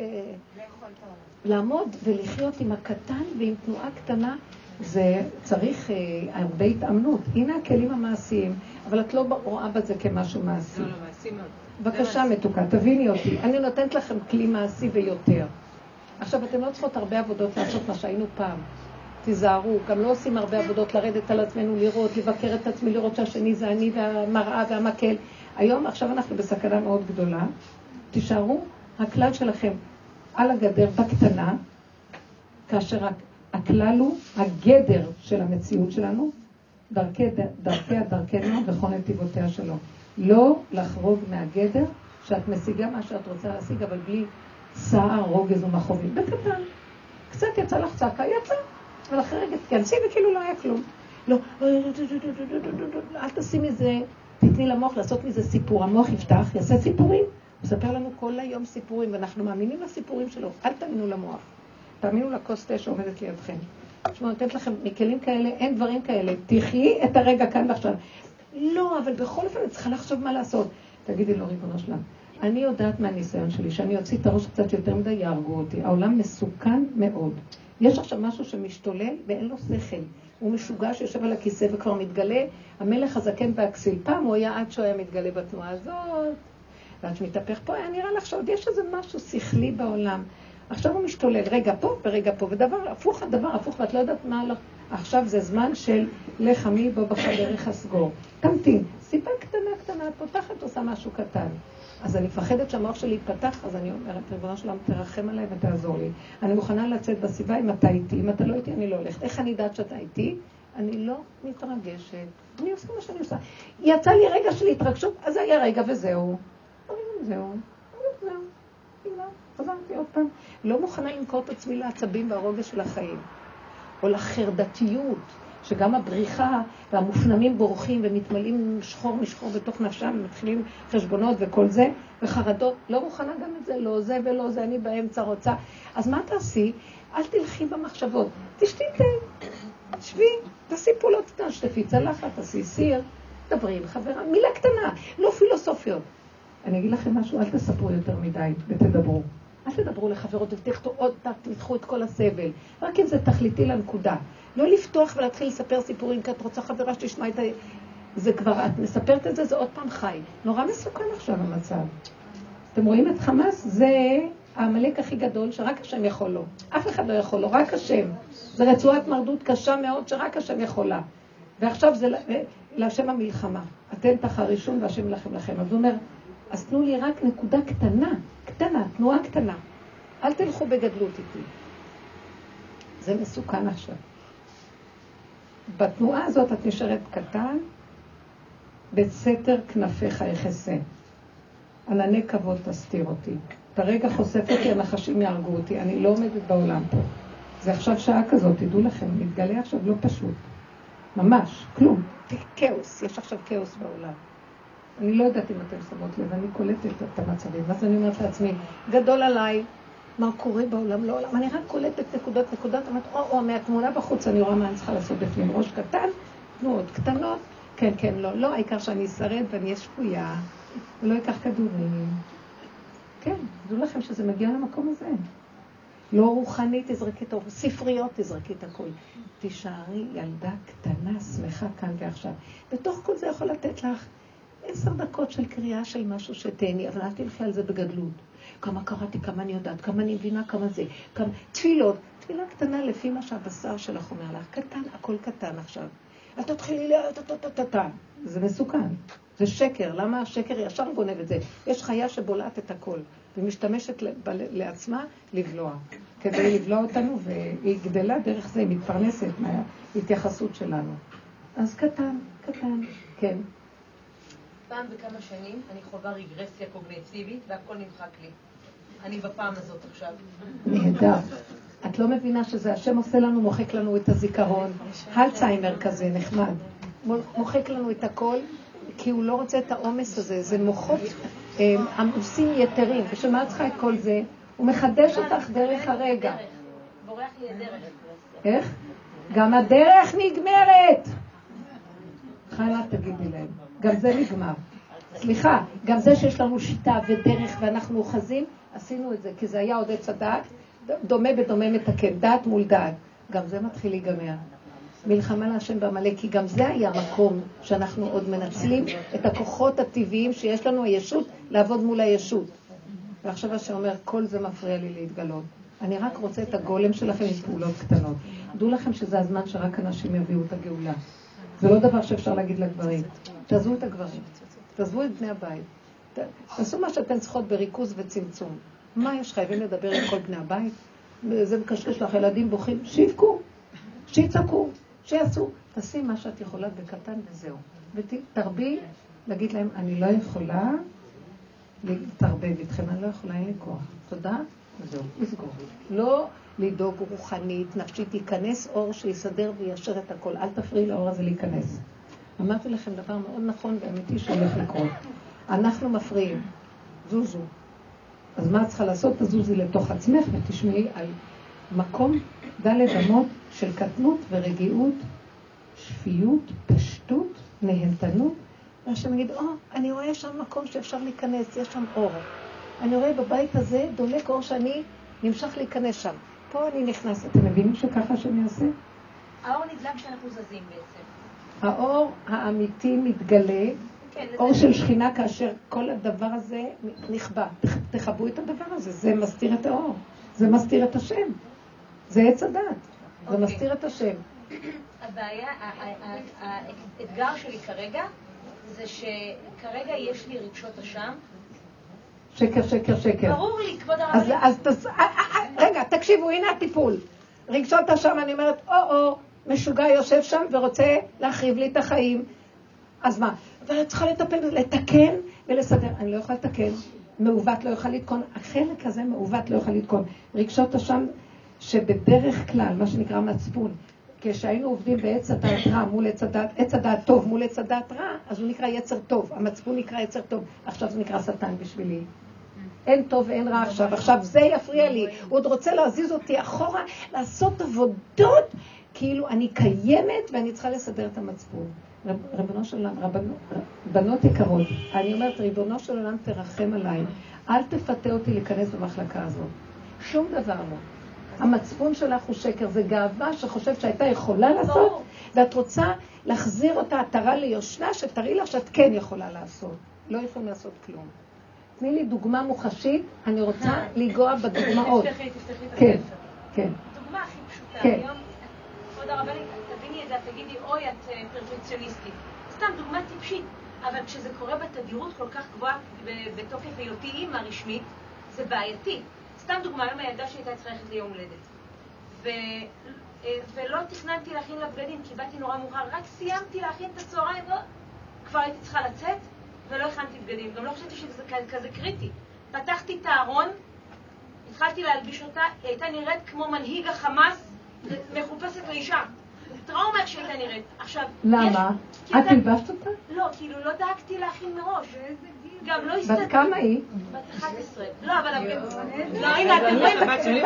לעמוד ולחיות עם הקטן ועם תנועה קטנה. זה צריך הרבה התאמנות. הנה הכלים המעשיים, אבל את לא רואה בזה כמשהו מעשי. לא, לא, מעשי מאוד. בבקשה מתוקה, תביני אותי. אני נותנת לכם כלי מעשי ויותר. עכשיו, אתם לא צריכות הרבה עבודות לעשות מה שהיינו פעם. תיזהרו, גם לא עושים הרבה עבודות לרדת על עצמנו, לראות, לבקר את עצמי, לראות שהשני זה אני והמראה והמקל. היום, עכשיו אנחנו בסכנה מאוד גדולה. תישארו, הכלל שלכם על הגדר בקטנה, כאשר הכלל הוא הגדר של המציאות שלנו, דרכי, דרכיה דרכנו וכל נתיבותיה שלו. לא לחרוג מהגדר שאת משיגה מה שאת רוצה להשיג, אבל בלי סער, רוגז ומחובים. בקטן. קצת יצא לך צעקה, יצא. אבל אחרי רגע תכנסי וכאילו לא היה כלום. לא, אל תשימי זה תתני למוח לעשות מזה סיפור. המוח יפתח, יעשה סיפורים, הוא מספר לנו כל היום סיפורים, ואנחנו מאמינים לסיפורים שלו. אל תאמינו למוח. תאמינו לכוס תה שעומדת לידכם. תשמעו, נותנת לכם מכלים כאלה, אין דברים כאלה. תחי את הרגע כאן ועכשיו. לא, אבל בכל אופן אני צריכה לחשוב מה לעשות. תגידי לו, ריבונו שלם, אני יודעת מהניסיון שלי, שאני אוציא את הראש קצת יותר מדי, יהרגו אותי. העולם מסוכן מאוד. יש עכשיו משהו שמשתולל ואין לו שכל. הוא משוגע שיושב על הכיסא וכבר מתגלה. המלך הזקן והכסיל. פעם הוא היה עד שהוא היה מתגלה בתנועה הזאת. ועד שמתהפך פה, היה נראה לך שעוד יש איזה משהו שכלי בעולם. עכשיו הוא משתולל, רגע פה ורגע פה, ודבר הפוך, הדבר הפוך, ואת לא יודעת מה לא. עכשיו זה זמן של לחמי בו בחדרך הסגור. תמתין, סיבה קטנה קטנה, את פותחת, עושה משהו קטן. אז אני מפחדת שהמוח שלי יתפתח, אז אני אומרת, ריבונו שלם, תרחם עליי ותעזור לי. אני מוכנה לצאת בסיבה אם אתה איתי, אם אתה לא איתי, אני לא הולכת. איך אני יודעת שאתה איתי? אני לא מתרגשת. אני עושה מה שאני עושה. יצא לי רגע של התרגשות, אז היה רגע וזהו. זהו, זהו. חזרתי עוד פעם. לא מוכנה למכור את עצמי לעצבים והרוגש של החיים. או לחרדתיות, שגם הבריחה והמופנמים בורחים ומתמלאים שחור משחור בתוך נפשם, ומתחילים חשבונות וכל זה, וחרדות. לא מוכנה גם את זה, לא זה ולא זה, אני באמצע רוצה. אז מה תעשי? אל תלכי במחשבות. תשתי תה, שבי, תעשי פעולות קטנה, שתפי צלחת, תעשי סיר, דברי עם חברה, מילה קטנה, לא פילוסופיות. אני אגיד לכם משהו, אל תספרו יותר מדי ותדברו. אל תדברו לחברות ותכתו עוד פעם, תדחו את כל הסבל. רק אם זה תכליתי לנקודה. לא לפתוח ולהתחיל לספר סיפורים, כי את רוצה חברה שתשמע את ה... זה כבר, את מספרת את זה, זה עוד פעם חי. נורא מסוכן עכשיו המצב. אתם רואים את חמאס? זה העמלק הכי גדול שרק השם יכול לו. אף אחד לא יכול לו, רק השם. זה רצועת מרדות קשה מאוד שרק השם יכולה. ועכשיו זה להשם המלחמה. אתם תחרישון והשם ילחם לכם. אז הוא אומר, אז תנו לי רק נקודה קטנה, קטנה, תנועה קטנה. אל תלכו בגדלות איתי. זה מסוכן עכשיו. בתנועה הזאת את נשארת קטן, בסתר כנפיך יחסה. ענני כבוד תסתיר אותי. את הרגע חושף אותי, הנחשים יהרגו אותי. אני לא עומדת בעולם פה. זה עכשיו שעה כזאת, תדעו לכם, מתגלה עכשיו לא פשוט. ממש, כלום. כאוס, יש עכשיו כאוס בעולם. אני לא יודעת אם אתם שמות לב, אני קולטת את המצבים. אז אני אומרת לעצמי, גדול עליי, מה קורה בעולם, לא עולם. אני רק קולטת נקודות, נקודות, אמרת, או, או, מהתמונה בחוץ, אני רואה מה אני צריכה לעשות בפנים. ראש קטן, תנועות קטנות, כן, כן, לא, לא, העיקר שאני אשרד ואני אהיה שפויה, ולא אקח כדורים. כן, תדעו לכם שזה מגיע למקום הזה. לא רוחנית, תזרקי את האור, ספריות, תזרקי את הכל. תישארי ילדה קטנה, שמחה כאן ועכשיו. בתוך כל זה יכול לתת לך עשר דקות של קריאה של משהו שתהני, אבל אל תלכי על זה בגדלות. כמה קראתי, כמה אני יודעת, כמה אני מבינה, כמה זה, כמה... תפילות, תפילה קטנה לפי מה שהבשר שלך אומר לך. קטן, הכל קטן עכשיו. אל תתחילי לה... זה מסוכן. זה שקר. למה השקר ישר גונב את זה? יש חיה שבולעת את הכל, ומשתמשת לעצמה לבלוע. כדי לבלוע אותנו, והיא גדלה דרך זה, היא מתפרנסת מההתייחסות שלנו. אז קטן, קטן, כן. פעם בכמה שנים אני חווה רגרסיה קוגניטיבית והכל נמחק לי. אני בפעם הזאת עכשיו. נהדר. את לא מבינה שזה השם עושה לנו, מוחק לנו את הזיכרון. אלצהיימר כזה, נחמד. מוחק לנו את הכל, כי הוא לא רוצה את העומס הזה. זה מוחות עמוסים יתרים. ושמה צריכה את כל זה? הוא מחדש אותך דרך הרגע. בורח לי הדרך. איך? גם הדרך נגמרת. חיילה, תגידי להם. גם זה נגמר. סליחה, גם זה שיש לנו שיטה ודרך ואנחנו אוחזים, עשינו את זה, כי זה היה עוד עץ הדעת, דומה בדומה מתקן, דעת מול דעת. גם זה מתחיל להיגמר. מלחמה להשם בעמלק, כי גם זה היה מקום שאנחנו עוד מנצלים את הכוחות הטבעיים שיש לנו, הישות, לעבוד מול הישות. ועכשיו השם אומר, כל זה מפריע לי להתגלות. אני רק רוצה את הגולם שלכם עם פעולות קטנות. דעו לכם שזה הזמן שרק אנשים יביאו את הגאולה. זה לא דבר שאפשר להגיד לגברים. תעזבו את הגברים. תעזבו את בני הבית. תעשו מה שאתן צריכות בריכוז וצמצום. מה יש חייבים לדבר עם כל בני הבית? זה מקשקש לך, ילדים בוכים. שיבכו, שיצעקו, שיעשו. תעשי מה שאת יכולה בקטן וזהו. ותרבי להגיד להם, אני לא יכולה להתערבב איתכם, אני לא יכולה, אין לי כוח. תודה, וזהו, לסגור. לא לדאוג רוחנית, נפשית, ייכנס אור שיסדר וישר את הכל. אל תפריעי לאור הזה להיכנס. אמרתי לכם דבר מאוד נכון ואמיתי שהולך לקרות. אנחנו מפריעים, זוזו. אז מה את צריכה לעשות? תזוזי לתוך עצמך ותשמעי על מקום דלת אמות של קטנות ורגיעות, שפיות, פשטות, נהנתנות. והשם יגיד, או, אני רואה שם מקום שאפשר להיכנס, יש שם אור. אני רואה בבית הזה דולק אור שאני נמשך להיכנס שם. פה אני נכנס. אתם מבינים שככה שאני אעשה? האור נדלק כשאנחנו זזים בעצם. האור האמיתי מתגלה, כן, אור של שכינה כאשר כל הדבר הזה נכבה. תחבו את הדבר הזה, זה מסתיר את האור. זה מסתיר את השם. זה עץ הדת. זה מסתיר את השם. הבעיה, האתגר שלי כרגע, זה שכרגע יש לי רגשות אשם. שקר, שקר, שקר. ברור לי, כבוד הרבנית. אז, אז, רגע, תקשיבו, הנה הטיפול. רגשות אשם, אני אומרת, או-או, משוגע יושב שם ורוצה להחריב לי את החיים. אז מה? אבל את צריכה לטפל, לתקן ולסדר. אני לא יכולה לתקן. מעוות לא יכולה לתקון. החלק הזה מעוות לא יכולה לתקון. רגשות אשם שבדרך כלל, מה שנקרא מצפון, כשהיינו עובדים בעץ הדעת רע מול עץ הדעת, עץ הדעת טוב מול עץ הדעת רע, אז הוא נקרא יצר טוב. המצפון נקרא יצר טוב. עכשיו זה נקרא שטן בשבילי. אין טוב ואין רע עכשיו. עכשיו זה יפריע לי. הוא עוד רוצה להזיז אותי אחורה, לעשות עבודות, כאילו אני קיימת ואני צריכה לסדר את המצפון. רבנו של עולם, רבנו, בנות יקרות, אני אומרת, ריבונו של עולם תרחם עליי. אל תפתה אותי להיכנס במחלקה הזאת. שום דבר לא. המצפון שלך הוא שקר, זה גאווה שחושבת שהייתה יכולה לעשות, ואת רוצה להחזיר אותה עטרה ליושנה, שתראי לך שאת כן יכולה לעשות. לא יכולים לעשות כלום. תני לי דוגמה מוחשית, אני רוצה לגוע בדוגמאות. תפתחי, תפתחי את כן, כן. דוגמה הכי פשוטה. כן. היום, כבוד הרבנית, תביני את זה, תגידי, אוי, את פרפקציוניסטית. סתם דוגמה טיפשית, אבל כשזה קורה בתדירות כל כך גבוהה בתוקף היותי אימא רשמית, זה בעייתי. סתם דוגמה, היום הילדה שהייתה צריכה ללכת ליום הולדת. ו... ולא תכננתי להכין לה בגדים, כי באתי נורא מאוחר, רק סיימתי להכין את הצהריים, לא... כבר הייתי צריכה לצאת, ולא הכנתי בגדים. גם לא חשבתי שזה כזה קריטי. פתחתי את הארון, התחלתי להלביש אותה, היא הייתה נראית כמו מנהיג החמאס, מחופשת לאישה. טראומה איך שהייתה נראית. עכשיו, למה? יש... את הלבשת אותה? לא, כאילו לא דאגתי להכין מראש. גם לא הסתדרתי. בת כמה היא? בת אחת עשרה. לא, אבל... לא, הנה, אתם רואים.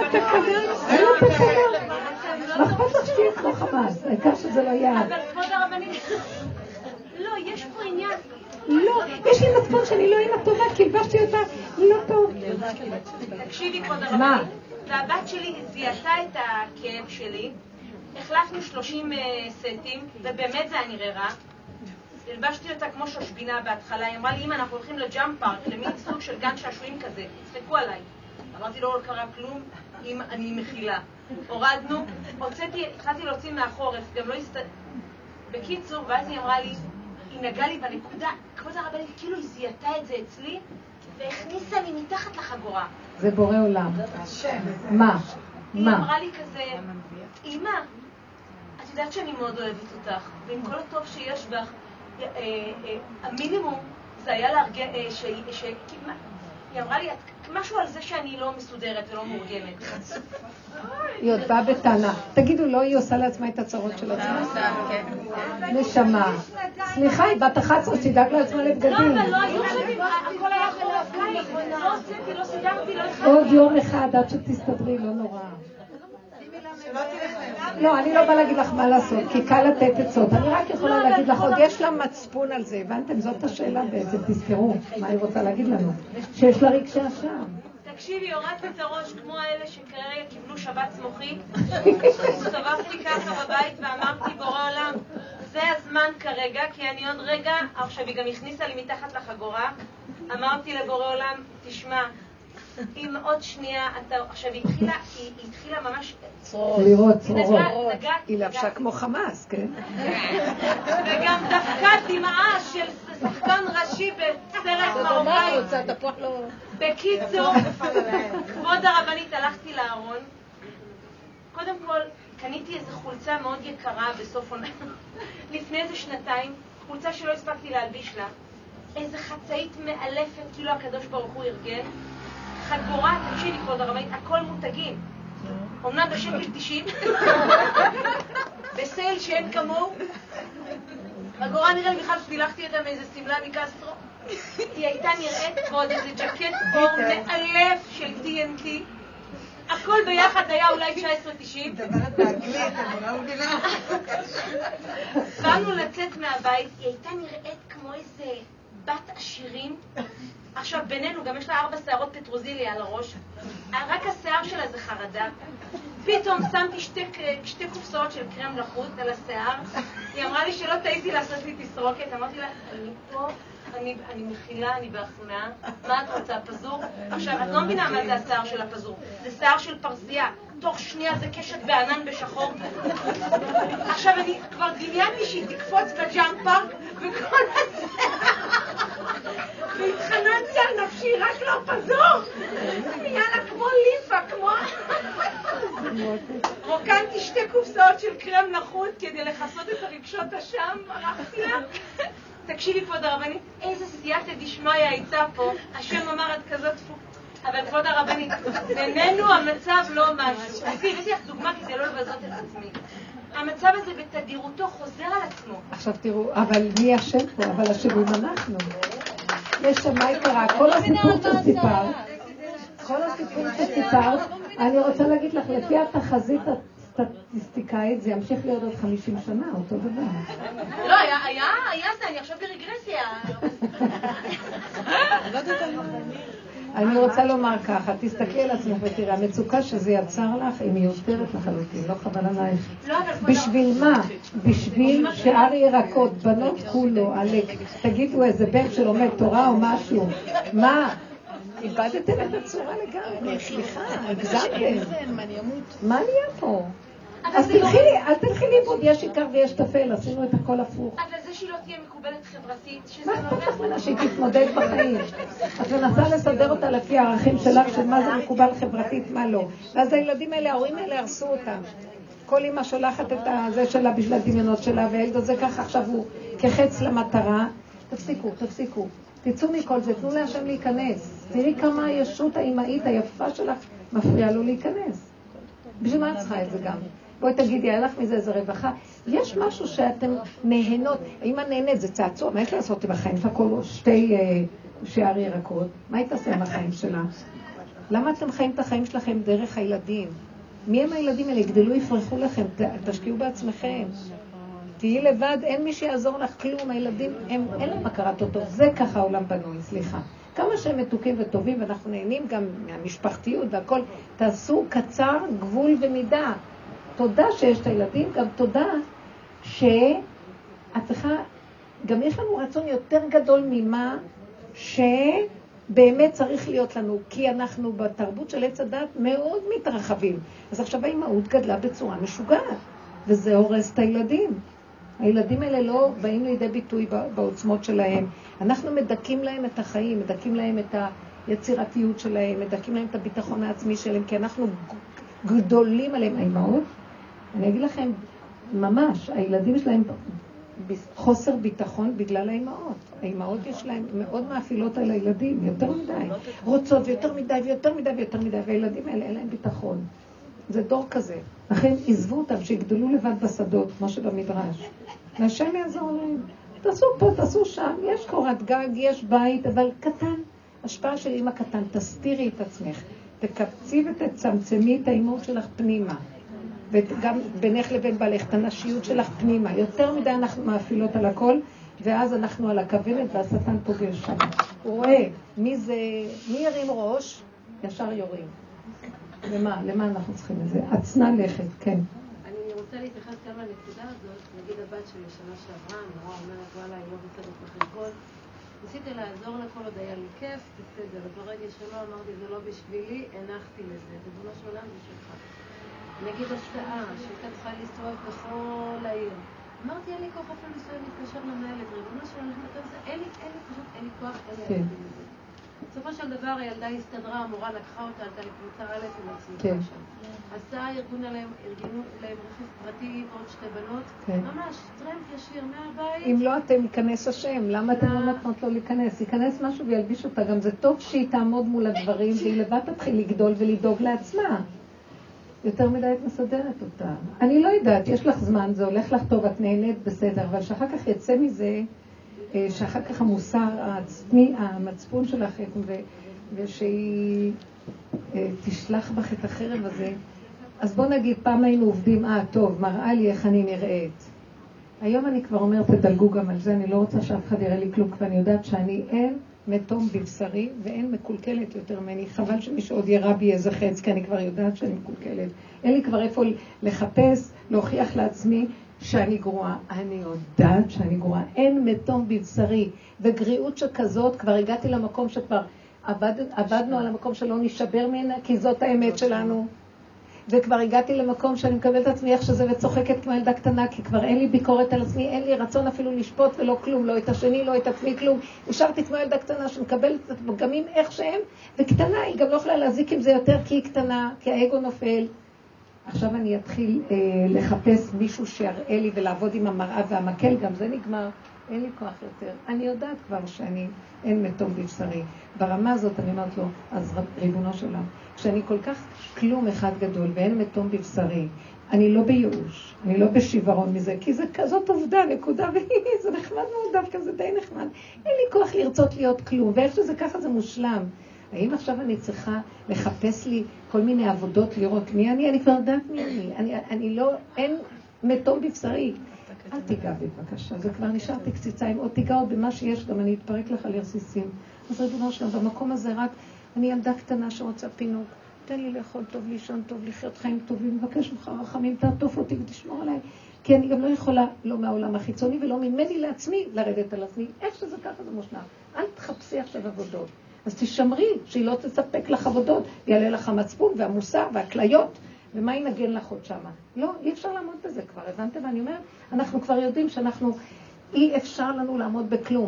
מה אכפת לך שתהיה כמו חמאס? העיקר שזה לא יעד. אבל כבוד הרבנית... לא, יש פה עניין... לא, יש לי מצפון שאני לא אימא טובה, כי הלבשתי אותה לא טוב. תקשיבי כבוד הרבנית. והבת שלי זיהתה את הכאב שלי. החלפנו שלושים סטים, ובאמת זה היה נראה רע. הלבשתי אותה כמו שושבינה בהתחלה, היא אמרה לי, אמא, אנחנו הולכים לג'אמפ פארק, למין סוג של גן שעשועים כזה, צחקו עליי. אמרתי, לא קרה כלום, אם אני מכילה. הורדנו, הוצאתי, התחלתי להוציא מהחורף, גם לא הסת... בקיצור, ואז היא אמרה לי, היא נגעה לי בנקודה, כבוד הרבנית, כאילו היא זיהתה את זה אצלי, והכניסה לי מתחת לחגורה. זה בורא עולם. מה? היא מה? אמרה לי כזה, אמא, את יודעת שאני מאוד אוהבת אותך, ועם כל הטוב שיש בך, המינימום זה היה להרגיע, היא אמרה לי, משהו על זה שאני לא מסודרת ולא מאורגנת. היא עוד באה בטענה. תגידו, לא היא עושה לעצמה את הצרות של עצמה? נשמה. סליחה, היא בת אחת עשרה, תדאג לעצמה לבגדים. לא, אבל לא היו חלטים, הכל היה חורף קיץ, לא הוצאתי, לא סידרתי, לא התחלתי. עוד יום אחד עד שתסתדרי, לא נורא. לא, אני לא באה להגיד לך מה לעשות, כי קל לתת עצות. אני רק יכולה להגיד לך, עוד יש לה מצפון על זה, הבנתם? זאת השאלה בעצם, תזכרו מה היא רוצה להגיד לנו. שיש לה רגשי אשם. תקשיבי, הורדתי את הראש כמו האלה שכרגע קיבלו שבץ מוחי. הסתובבתי ככה בבית ואמרתי, בורא עולם, זה הזמן כרגע, כי אני עוד רגע, עכשיו היא גם הכניסה לי מתחת לחגורה, אמרתי לבורא עולם, תשמע, אם עוד שנייה, אתה, עכשיו היא התחילה, היא התחילה ממש... צרורות. לראות צרורות. נגעתי. היא לבשה כמו חמאס, כן? וגם דווקא דמעה של שחקן ראשי בסרט מרוקאי. בקיצור, כבוד הרבנית, הלכתי לארון. קודם כל, קניתי איזו חולצה מאוד יקרה בסוף עונה. לפני איזה שנתיים, חולצה שלא הספקתי להלביש לה. איזו חצאית מאלפת, כאילו הקדוש ברוך הוא ארגן. חגורה, תקשיבי כבוד הרבנית, הכל מותגים. אומנם בשקל תשעים, בסייל שאין כמוהו, בגורה נראה לי בכלל שפילחתי אותה מאיזה סמלה מקסטרו. היא הייתה נראית כמו איזה ג'קט אור מאלף של טי אן טי. הכל ביחד היה אולי תשע עשרה תשעים. דברת באנגלית, אני לא מבינה. באנו לצאת מהבית, היא הייתה נראית כמו איזה בת עשירים. עכשיו בינינו גם יש לה ארבע שערות פטרוזיליה על הראש. רק השיער שלה זה חרדה. פתאום שמתי שתי, שתי קופסאות של קרם לחוט על השיער. היא אמרה לי שלא טעיתי לעשות לי תסרוקת. אמרתי לה, אני פה, אני, אני מכילה, אני בהכנעה. מה את רוצה, פזור? עכשיו, את לא מבינה מה זה השיער של הפזור. זה שיער של פרסייה. תוך שנייה זה קשת בענן בשחור. עכשיו, אני כבר דמיינתי שהיא תקפוץ בג'אמפ פארק וכל הזה. והתחננתי על נפשי, רק לא פזור. יאללה, כמו ליפה, כמו... רוקנתי שתי קופסאות של קרם לחוט כדי לחסות את הרגשות השם, ערכתי לה. תקשיבי כבוד הרבנית, איזה סייעתא דשמיא הייתה פה, השם אמר את כזאת פוק. אבל כבוד הרבנית, בינינו המצב לא משהו. אז הבאתי לך דוגמה כדי לא לבזות את עצמי. המצב הזה בתדירותו חוזר על עצמו. עכשיו תראו, אבל מי השם פה? אבל השם אנחנו. יש שם מה יקרה, כל הסיפור שסיפרת, כל הסיפור שסיפרת, אני רוצה להגיד לך, לפי התחזית הסטטיסטיקאית, זה ימשיך להיות עוד חמישים שנה, אותו דבר. לא, היה, היה, היה זה, אני עכשיו ברגרסיה. אני רוצה לומר ככה, תסתכלי על עצמך ותראה, המצוקה שזה יצר לך היא מיותרת לחלוטין, לא חבל עלייך. בשביל מה? בשביל שאר ירקות, בנות כולו, עלק, תגידו איזה בן שלומד תורה או משהו, מה? איבדתם את הצורה לגמרי, סליחה, הגזמתם. מה נהיה פה? אז תלכי, אל תלכי לאיבוד, יש עיקר ויש תפל, עשינו את הכל הפוך. אבל זה שהיא לא תהיה מקובלת חברתית, מה אכפת לך ממנה שהיא תתמודד בחיים? את מנסה לסדר אותה לפי הערכים שלך, של מה זה מקובל חברתית, מה לא. ואז הילדים האלה, ההורים האלה הרסו אותם. כל אמא שולחת את זה שלה בשביל הדמיונות שלה, והילד הזה ככה עכשיו הוא כחץ למטרה. תפסיקו, תפסיקו. תצאו מכל זה, תנו להשם להיכנס. תראי כמה הישות האמאית היפה שלך מפריעה לו להיכנס. בשביל מה את צריכה את זה גם? בואי תגידי, היה לך מזה איזה רווחה. יש משהו שאתם נהנות. האמא נהנית, זה צעצוע. מה יש לעשות עם החיים? הכל שתי שער ירקות. מה היא תעשה עם החיים שלה? למה אתם חיים את החיים שלכם דרך הילדים? מי הם הילדים האלה? גדלו, יפרחו לכם, תשקיעו בעצמכם. תהיי לבד, אין מי שיעזור לך כלום. הילדים, הם, אין להם הכרת אותו. זה ככה העולם בנוי, סליחה. כמה שהם מתוקים וטובים, ואנחנו נהנים גם מהמשפחתיות והכל. תעשו קצר, גבול ומידה. תודה שיש את הילדים, גם תודה שאת צריכה, גם יש לנו רצון יותר גדול ממה שבאמת צריך להיות לנו, כי אנחנו בתרבות של עץ הדת מאוד מתרחבים. אז עכשיו האימהות גדלה בצורה משוגעת, וזה הורס את הילדים. הילדים האלה לא באים לידי ביטוי בעוצמות שלהם. אנחנו מדקים להם את החיים, מדקים להם את היצירתיות שלהם, מדקים להם את הביטחון העצמי שלהם, כי אנחנו גדולים עליהם. האימהות, אני אגיד לכם, ממש, הילדים שלהם חוסר ביטחון בגלל האימהות. האימהות יש להם מאוד מאפילות על הילדים, יותר מדי. רוצות ויותר מדי ויותר מדי ויותר מדי, והילדים האלה אין להם ביטחון. זה דור כזה. לכן עזבו אותם, שיגדלו לבד בשדות, כמו שבמדרש. והשם יעזור להם. תעשו פה, תעשו שם, יש קורת גג, יש בית, אבל קטן. השפעה של אמא קטן, תסתירי את עצמך. תקבצי ותצמצמי את האימות שלך פנימה. וגם בינך לבין בעלך, את הנשיות שלך פנימה. יותר מדי אנחנו מאפילות על הכל, ואז אנחנו על הכוונת והשטן פוגש שם. הוא רואה מי זה, מי ירים ראש, ישר יורים. למה? למה אנחנו צריכים את זה? עצנה לכת, כן. אני רוצה להתייחס גם לנקודה הזאת, נגיד הבת שלי שנה שעברה, נורא אומרת, וואלה, היא לא בסדר בחשבון. ניסיתי לעזור לכל עוד היה לי כיף, בסדר, אז ברגע שלא אמרתי, זה לא בשבילי, הנחתי לזה, זה בנו של עולם, זה שלך. נגיד השתאה, שהייתה צריכה להסתובב בכל העיר. אמרתי, אין לי כוח אפילו מסוים להתקשר למנהלת, ריבונו של עולם, אין לי, אין לי, פשוט אין לי כוח, אין לי עובדים לזה. בסופו של דבר הילדה הסתדרה, המורה לקחה אותה, עלתה לקבוצה א' ומצליחה שם. עשה ארגון עליהם, ארגנו להם רכב פרטי, עוד שתי בנות, ממש טרמפ ישיר מהבית. אם לא אתם ייכנס השם, למה אתם לא נותנות לו להיכנס? ייכנס משהו וילביש אותה, גם זה טוב שהיא תעמוד מול הדברים, והיא לבד תתחיל לגדול ולדאוג לעצמה. יותר מדי את מסדרת אותה. אני לא יודעת, יש לך זמן, זה הולך לך טוב, את נהנית בסדר, אבל שאחר כך יצא מזה, שאחר כך המוסר העצמי, המצפון שלך, ושהיא תשלח בך את החרב הזה. אז בוא נגיד, פעם היינו עובדים, אה, טוב, מראה לי איך אני נראית. היום אני כבר אומרת, תדלגו גם על זה, אני לא רוצה שאף אחד יראה לי כלום, ואני יודעת שאני אין מתום בבשרי, ואין מקולקלת יותר ממני. חבל שמישהו עוד יראה בי איזה חץ, כי אני כבר יודעת שאני מקולקלת. אין לי כבר איפה לחפש, להוכיח לעצמי שאני גרועה. אני יודעת שאני גרועה. אין מתום בבשרי. וגריעות שכזאת, כבר הגעתי למקום שכבר עבד, עבדנו על המקום שלא נשבר ממנה, כי זאת האמת שלנו. וכבר הגעתי למקום שאני מקבלת עצמי איך שזה וצוחקת כמו ילדה קטנה, כי כבר אין לי ביקורת על עצמי, אין לי רצון אפילו לשפוט ולא כלום, לא את השני, לא את עצמי, כלום. נשארתי כמו ילדה קטנה שמקבלת את הפגמים איך שהם, וקטנה, היא גם לא יכולה להזיק עם זה יותר כי היא קטנה, כי האגו נופל. עכשיו אני אתחיל אה, לחפש מישהו שיראה לי ולעבוד עם המראה והמקל, גם זה נגמר, אין לי כוח יותר. אני יודעת כבר שאני אין מתום בבשרי. ברמה הזאת אני אומרת לו, אז ריבונו שלה, כשאני כל כך כלום אחד גדול ואין מתום בבשרי, אני לא בייאוש, אני לא בשיוורון מזה, כי זה כזאת עובדה, נקודה, וזה נחמד מאוד דווקא, זה די נחמד. אין לי כוח לרצות להיות כלום, ואיך שזה ככה זה מושלם. האם עכשיו אני צריכה לחפש לי כל מיני עבודות לראות מי אני? אני כבר יודעת מי אני. אני, אני לא, אין מתום בבשרי. אל תיגע בי בבקשה, זה כבר נשארתי קציצה, אם עוד תיגע עוד במה שיש, גם אני אתפרק לך לרסיסים. אז ריבונו שלנו, במקום הזה רק, אני ילדה קטנה שרוצה פינוק, תן לי לאכול טוב, לישון טוב, לחיות חיים טובים, מבקש ממך רחמים, תעטוף אותי ותשמור עליי, כי אני גם לא יכולה, לא מהעולם החיצוני ולא ממני לעצמי, לרדת על עצמי, איך שזה ככה זה מושלם. אל תחפשי עכשיו עבודות. אז תשמרי שהיא לא תספק לך עבודות, יעלה לך המצפון והמוסר והכליות, ומה ינגן לך עוד שמה? לא, אי אפשר לעמוד בזה כבר, הבנתם? אני אומרת, אנחנו כבר יודעים שאנחנו, אי אפשר לנו לעמוד בכלום.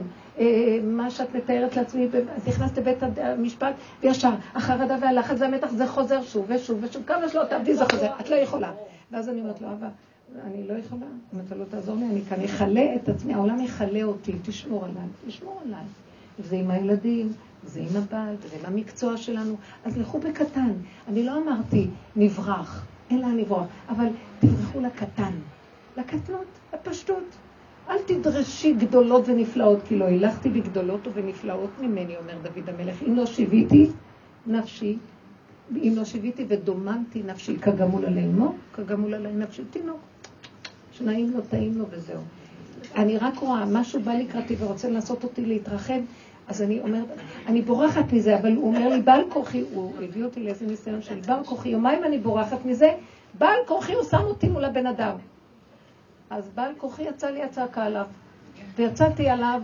מה שאת מתארת לעצמי, אז נכנסת לבית המשפט, וישר, החרדה והלחץ והמתח, זה חוזר שוב ושוב ושוב, כמה שלא תעבדי זה חוזר, את לא יכולה. ואז אני אומרת לו, אבא, אני לא יכולה, אם אתה לא תעזור לי, אני כאן יחלה את עצמי, העולם יחלה אותי, תשמור עליי, תשמור עליי. זה עם הילדים, זה עם הבעל, זה עם המקצוע שלנו, אז לכו בקטן. אני לא אמרתי נברח, אלא נברח, אבל תברחו לקטן, לקטנות, לפשטות. אל תדרשי גדולות ונפלאות, כי לא הלכתי בגדולות ובנפלאות ממני, אומר דוד המלך. אם לא שיוויתי נפשי, אם לא שיוויתי ודוממתי נפשי, כגמול עלי אמו, כגמול עלי נפשי תינוק. שנעים לו, טעים לו וזהו. אני רק רואה, משהו בא לקראתי ורוצה לעשות אותי להתרחב, אז אני אומרת, אני בורחת מזה, אבל הוא אומר לי, בעל כוחי, הוא הביא אותי לאיזה ניסיון של בעל כוחי, יומיים אני בורחת מזה, בעל כוחי הוא שם אותי מול הבן אדם. אז בעל כוחי יצא לי הצעקה עליו, ויצאתי עליו,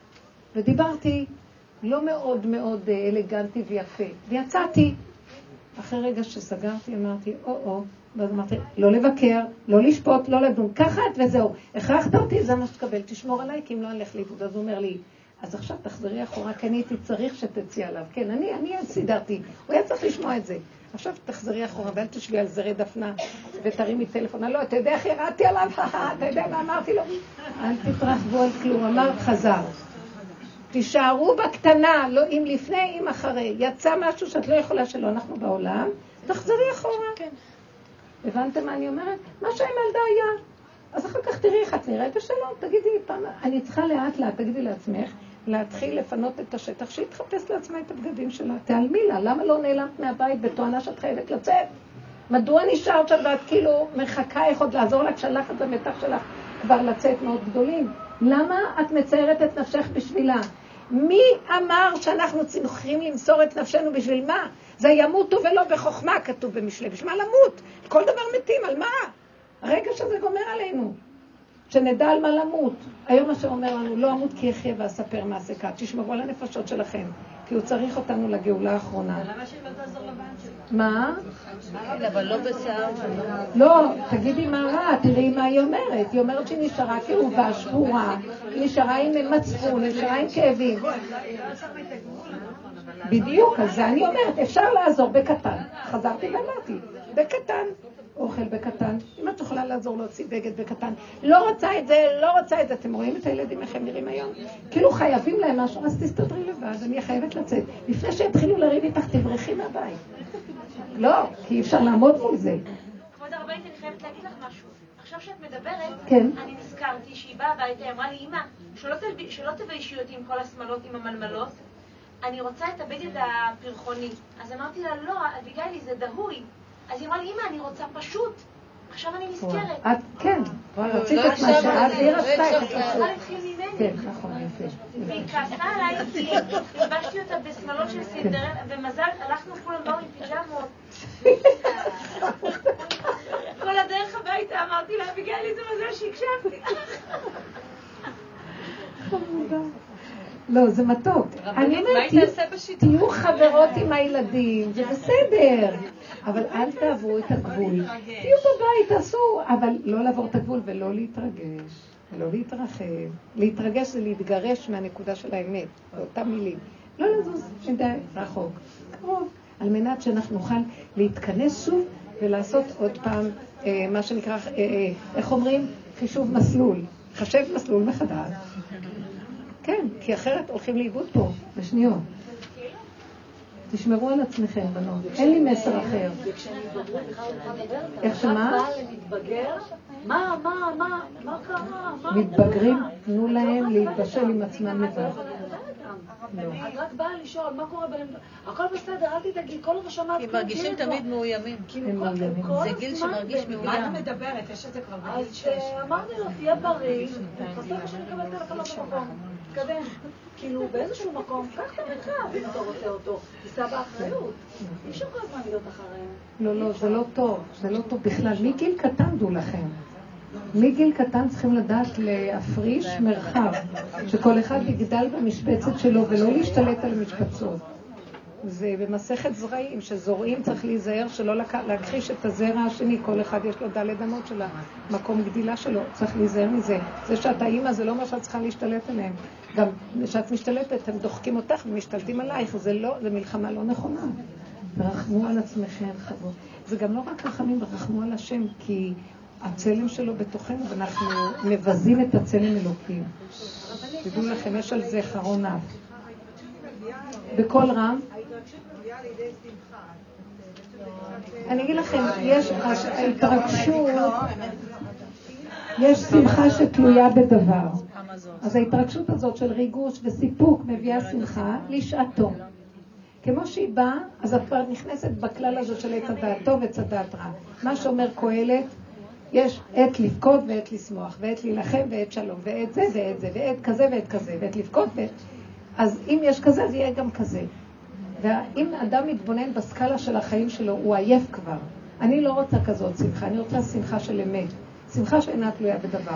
ודיברתי לא מאוד מאוד אלגנטי ויפה, ויצאתי. אחרי רגע שסגרתי, אמרתי, או-או, ואז אמרתי, לא לבקר, לא לשפוט, לא לדון, ככה את וזהו. הכרחת אותי, זה מה שתקבל, תשמור עליי, כי אם לא הלך לאיבוד. אז הוא אומר לי, אז עכשיו תחזרי אחורה, כי אני הייתי צריך שתציא עליו. כן, אני, אני סידרתי, הוא היה צריך לשמוע את זה. עכשיו תחזרי אחורה, ואל תשבי על זרי דפנה, ותרימי טלפון. לא, אתה יודע איך ירדתי עליו? אתה יודע מה אמרתי לו? אל תתרחבו על כלום, אמר חזר. תישארו בקטנה, לא אם לפני, אם אחרי. יצא משהו שאת לא יכולה שלא, אנחנו בעולם, תחזרי אחורה. כן. הבנתם מה אני אומרת? מה שהילדה היה. אז אחר כך תראי איך את נראית בשלום, תגידי פעם, אני צריכה לאט לאט, תגידי לעצמך, להתחיל לפנות את השטח, שהיא תחפש לעצמה את הבגדים שלה. תעלמי לה, למה לא נעלמת מהבית בתואנה שאת חייבת לצאת? מדוע נשארת שם ואת כאילו מחכה איך עוד לעזור לה כשהלחץ המתח שלך כבר לצאת מאוד גדולים? למה את מציירת את נפשך בשבילה? מי אמר שאנחנו צריכים למסור את נפשנו בשביל מה? זה ימותו ולא בחוכמה, כתוב במשלי. בשביל מה למות? כל דבר מתים, על מה? הרגע שזה גומר עלינו. שנדע על מה למות. היום השם אומר לנו, לא אמות כי יחיה ואספר מעשה קט. תשמרו על הנפשות שלכם, כי הוא צריך אותנו לגאולה האחרונה. למה שלא תעזור לבן שלך? מה? אבל לא בשיער. לא, תגידי מה רע, תראי מה היא אומרת. היא אומרת שהיא נשארה כאובה, שבורה, נשארה עם מצפון, נשארה עם כאבים. בדיוק, אז זה אני אומרת, אפשר לעזור בקטן. חזרתי ואמרתי, בקטן. אוכל בקטן, אם את יכולה לעזור להוציא בגד בקטן, לא רוצה את זה, לא רוצה את זה. אתם רואים את הילדים איך הם נראים היום? כאילו חייבים להם משהו, אז תסתדרי לבד, אני חייבת לצאת. לפני שהתחילו לריב איתך, תברחי מהבית. לא, כי אי אפשר לעמוד מול זה. כבוד הרבנית, אני חייבת להגיד לך משהו. עכשיו שאת מדברת, כן. אני נזכרתי שהיא באה הביתה, היא אמרה לי, אמא, שלא, תל... שלא תביישי אותי עם כל השמלות, עם המלמלות, אני רוצה את הבגד הפרחוני. אז אמרתי לה, לא, אביגילי, זה דהוי. אז היא אמרה לי, אמא, אני רוצה פשוט. עכשיו אני נזכרת. את, כן, רצית את מה שאת, היא רצתה את הפשוט. צריכה להתחיל ממני. כן, נכון, יפה. והיא כעסה עליי, כי הלבשתי אותה בשמלות של סינדרלה, ומזל, הלכנו כולם באו עם פיג'מות. כל הדרך הביתה אמרתי לה, אביגילי, זה מזל שהקשבתי. לא, זה מתוק. אני אומרת, תהיו חברות עם הילדים, זה בסדר. אבל אל תעברו את הגבול. תהיו בבית, תעשו, אבל לא לעבור את הגבול ולא להתרגש, ולא להתרחב. להתרגש זה להתגרש מהנקודה של האמת, באותם מילים. לא לזוז, מדי רחוק, קרוב, על מנת שאנחנו נוכל להתכנס שוב ולעשות עוד פעם, אה, מה שנקרא, אה, אה, איך אומרים? חישוב מסלול. חשב מסלול מחדש. כן, כי אחרת הולכים לאיבוד פה, בשניות. תשמרו על עצמכם, בנות. אין לי מסר אחר. איך שמה? מה, מה, מה, מה קרה? מתבגרים, תנו להם להתבשל עם עצמם לבד. את רק באה לשאול, מה קורה בהם? הכל בסדר, אל תדאגי, כל עוד שמעת... כי מרגישים תמיד מאוימים. זה גיל שמרגיש מאוים. מה את מדברת? יש את זה כבר בגיל שש. אז אמרתי לו, תהיה בריא, חסר לך שאני אקבל את הלכלות במקום. תקדם. כאילו, באיזשהו מקום, קח את המרחב, אם אתה רוצה אותו, תיסע באחריות. אי אפשר כל הזמן להיות אחריהם. לא, לא, זה לא טוב, זה לא טוב בכלל. מגיל קטן דו לכם. מגיל קטן צריכים לדעת להפריש מרחב, שכל אחד יגדל במשבצת שלו ולא להשתלט על המשבצות. זה במסכת זרעים, שזורעים צריך להיזהר שלא להכחיש את הזרע השני, כל אחד יש לו דלת אמות של המקום גדילה שלו, צריך להיזהר מזה. זה שאת האימא זה לא מה שאת צריכה להשתלט עליהם. גם כשאת משתלטת הם דוחקים אותך ומשתלטים עלייך, זה לא, זה מלחמה לא נכונה. רחמו על עצמכם חבו. זה גם לא רק רחמים, רחמו על השם, כי הצלם שלו בתוכנו, ואנחנו מבזים את הצלם אלוקים. תדעו לכם, יש על זה חרון אב. בכל רם. אני אגיד לכם, יש ההתרגשות, יש שמחה שתלויה בדבר. אז ההתרגשות הזאת של ריגוש וסיפוק מביאה שמחה לשעתו. כמו שהיא באה, אז את כבר נכנסת בכלל הזה של עת הדעת טוב ועת הדעת רע. מה שאומר קהלת, יש עת לבכות ועת לשמוח, ועת להילחם ועת שלום, ועת זה ועת זה, ועת כזה ועת כזה, ועת לבכות ועת... אז אם יש כזה, אז יהיה גם כזה. ואם אדם מתבונן בסקאלה של החיים שלו, הוא עייף כבר. אני לא רוצה כזאת שמחה, אני רוצה שמחה של אמת. שמחה שאינה תלויה בדבר.